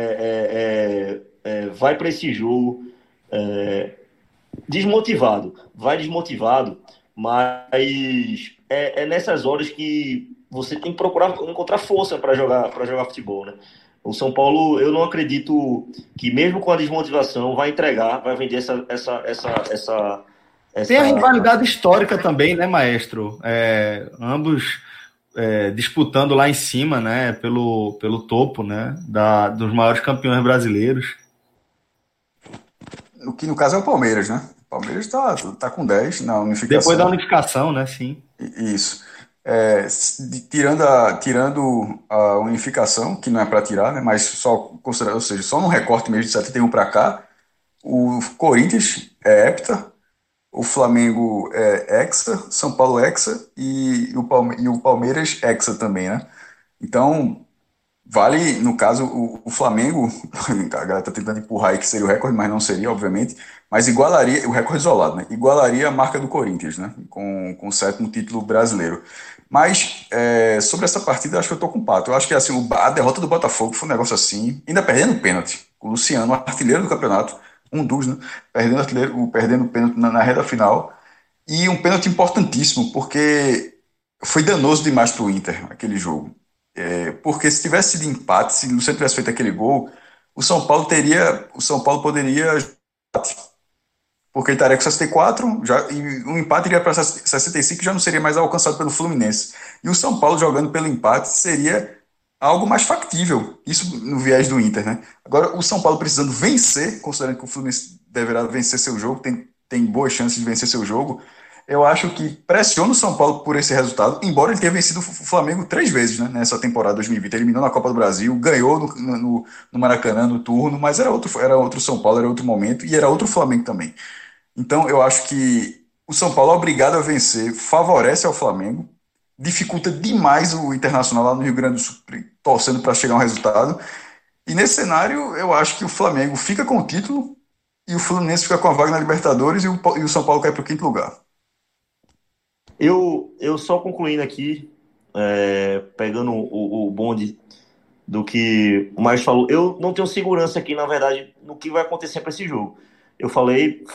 vai para esse jogo desmotivado. Vai desmotivado, mas é nessas horas que você tem que procurar encontrar força para jogar futebol, né? O São Paulo, eu não acredito que mesmo com a desmotivação vai entregar, vai vender essa... Tem a rivalidade histórica também, né, maestro? Ambos disputando lá em cima, né, pelo topo, né, dos maiores campeões brasileiros. O que no caso é o Palmeiras, né? O Palmeiras tá com 10 na unificação. Depois da unificação, né, sim. Isso. Tirando a unificação, que não é para tirar, né, mas só considerar, ou seja, só no recorte mesmo de 71 para cá, o Corinthians é hepta, o Flamengo é hexa, São Paulo hexa e o Palmeiras hexa também, né? Então, vale, no caso, o Flamengo, a galera tá tentando empurrar aí que seria o recorde, mas não seria, obviamente, mas igualaria, o recorde isolado, né? Igualaria a marca do Corinthians, né? Com o 7º título brasileiro. Mas, sobre essa partida, eu acho que eu tô com o Pato. Eu acho que assim, a derrota do Botafogo foi um negócio assim, ainda perdendo o pênalti. O Luciano, o artilheiro do campeonato, um dos, né? Perdendo o pênalti na reta final. E um pênalti importantíssimo, porque foi danoso demais pro Inter, aquele jogo. Porque se tivesse sido empate, se o Luciano tivesse feito aquele gol, o São Paulo poderia, porque ele estaria com 64, e o empate iria para 65, que já não seria mais alcançado pelo Fluminense. E o São Paulo jogando pelo empate seria algo mais factível, isso no viés do Inter, né? Agora, o São Paulo precisando vencer, considerando que o Fluminense deverá vencer seu jogo, tem boas chances de vencer seu jogo, eu acho que pressiona o São Paulo por esse resultado, embora ele tenha vencido o Flamengo 3 vezes, né, nessa temporada 2020. Eliminou na Copa do Brasil, ganhou no Maracanã no turno, mas era outro São Paulo, era outro momento e era outro Flamengo também. Então eu acho que o São Paulo, obrigado a vencer, favorece ao Flamengo, dificulta demais o Internacional lá no Rio Grande do Sul, torcendo para chegar a um resultado. E nesse cenário, eu acho que o Flamengo fica com o título e o Fluminense fica com a vaga na Libertadores e o São Paulo cai para o 5º lugar. Eu só concluindo aqui, pegando o bonde do que o Maestro falou, eu não tenho segurança aqui, na verdade, no que vai acontecer para esse jogo. Eu falei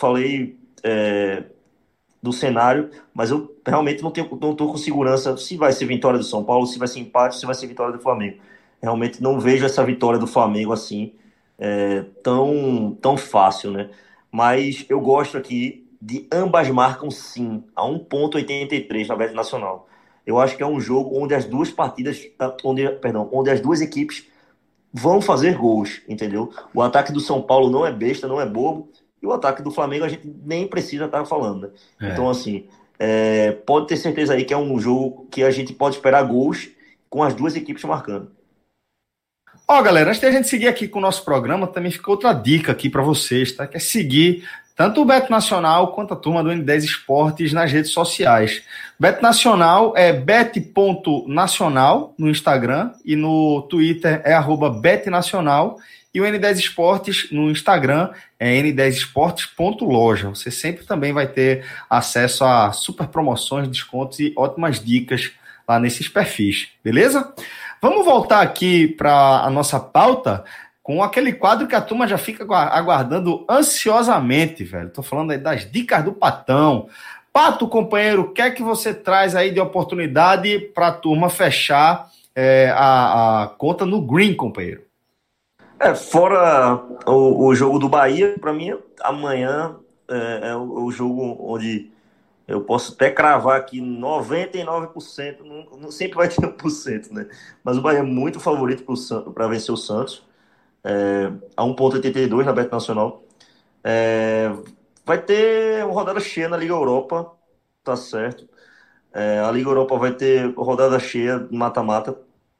do cenário, mas eu realmente não estou com segurança se vai ser vitória do São Paulo, se vai ser empate, se vai ser vitória do Flamengo. Realmente não vejo essa vitória do Flamengo assim tão fácil, né? Mas eu gosto aqui de ambas marcam sim, a 1,83 na Bet Nacional. Eu acho que é um jogo onde as duas onde as duas equipes vão fazer gols, entendeu? O ataque do São Paulo não é besta, não é bobo, e o ataque do Flamengo a gente nem precisa estar falando, né? Então, assim, pode ter certeza aí que é um jogo que a gente pode esperar gols com as duas equipes marcando. Ó, galera, antes de a gente seguir aqui com o nosso programa, também fica outra dica aqui para vocês, tá? Que é seguir tanto o Beto Nacional quanto a turma do N10 Esportes nas redes sociais. Beto Nacional é bet.nacional no Instagram e no Twitter é @betnacional. E o N10 Esportes no Instagram é n10esportes.loja. Você sempre também vai ter acesso a super promoções, descontos e ótimas dicas lá nesses perfis, beleza? Vamos voltar aqui para a nossa pauta com aquele quadro que a turma já fica aguardando ansiosamente, velho. Tô falando aí das dicas do Patão. Pato, companheiro, o que é que você traz aí de oportunidade para a turma fechar a conta no Green, companheiro? Fora o jogo do Bahia, para mim, amanhã é o jogo onde eu posso até cravar aqui 99%, não sempre vai ter 1%, né? Mas o Bahia é muito favorito para vencer o Santos, a 1,82 na Bet Nacional. Vai ter uma rodada cheia na Liga Europa, tá certo? A Liga Europa vai ter rodada cheia de mata-mata.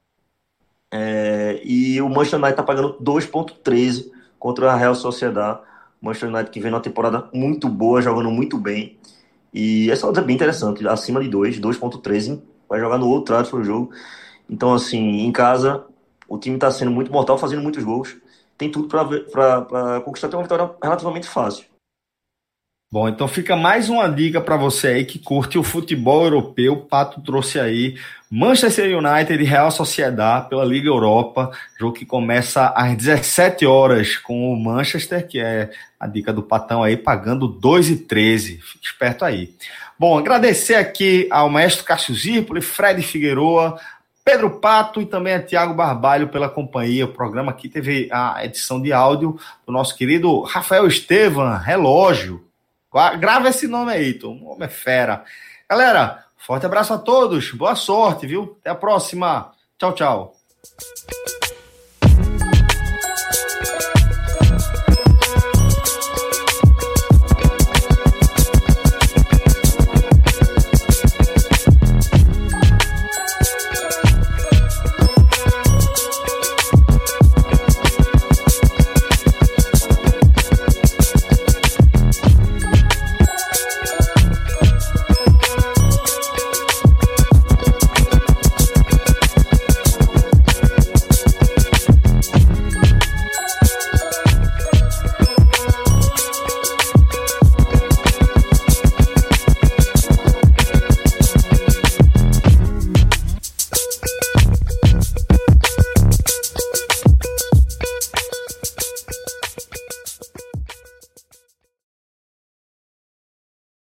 E o Manchester United tá pagando 2,13 contra a Real Sociedad. O Manchester United que vem numa temporada muito boa, jogando muito bem. E essa odds é bem interessante, acima de 2,13. Vai jogar no Old Trafford o jogo. Então, assim, em casa, o time tá sendo muito mortal, fazendo muitos gols. Tem tudo para conquistar até uma vitória relativamente fácil. Bom, então fica mais uma dica para você aí que curte o futebol europeu. O Pato trouxe aí Manchester United e Real Sociedad pela Liga Europa, jogo que começa às 17 horas com o Manchester, que é a dica do Patão aí, pagando 2,13. Fique esperto aí. Bom, agradecer aqui ao maestro Cássio Zirpoli, Fred Figueroa, Pedro Pato e também a Tiago Barbalho pela companhia. O programa aqui teve a edição de áudio do nosso querido Rafael Estevam, Relógio. Grava esse nome aí, Tom. O homem é fera. Galera, forte abraço a todos. Boa sorte, viu? Até a próxima. Tchau, tchau.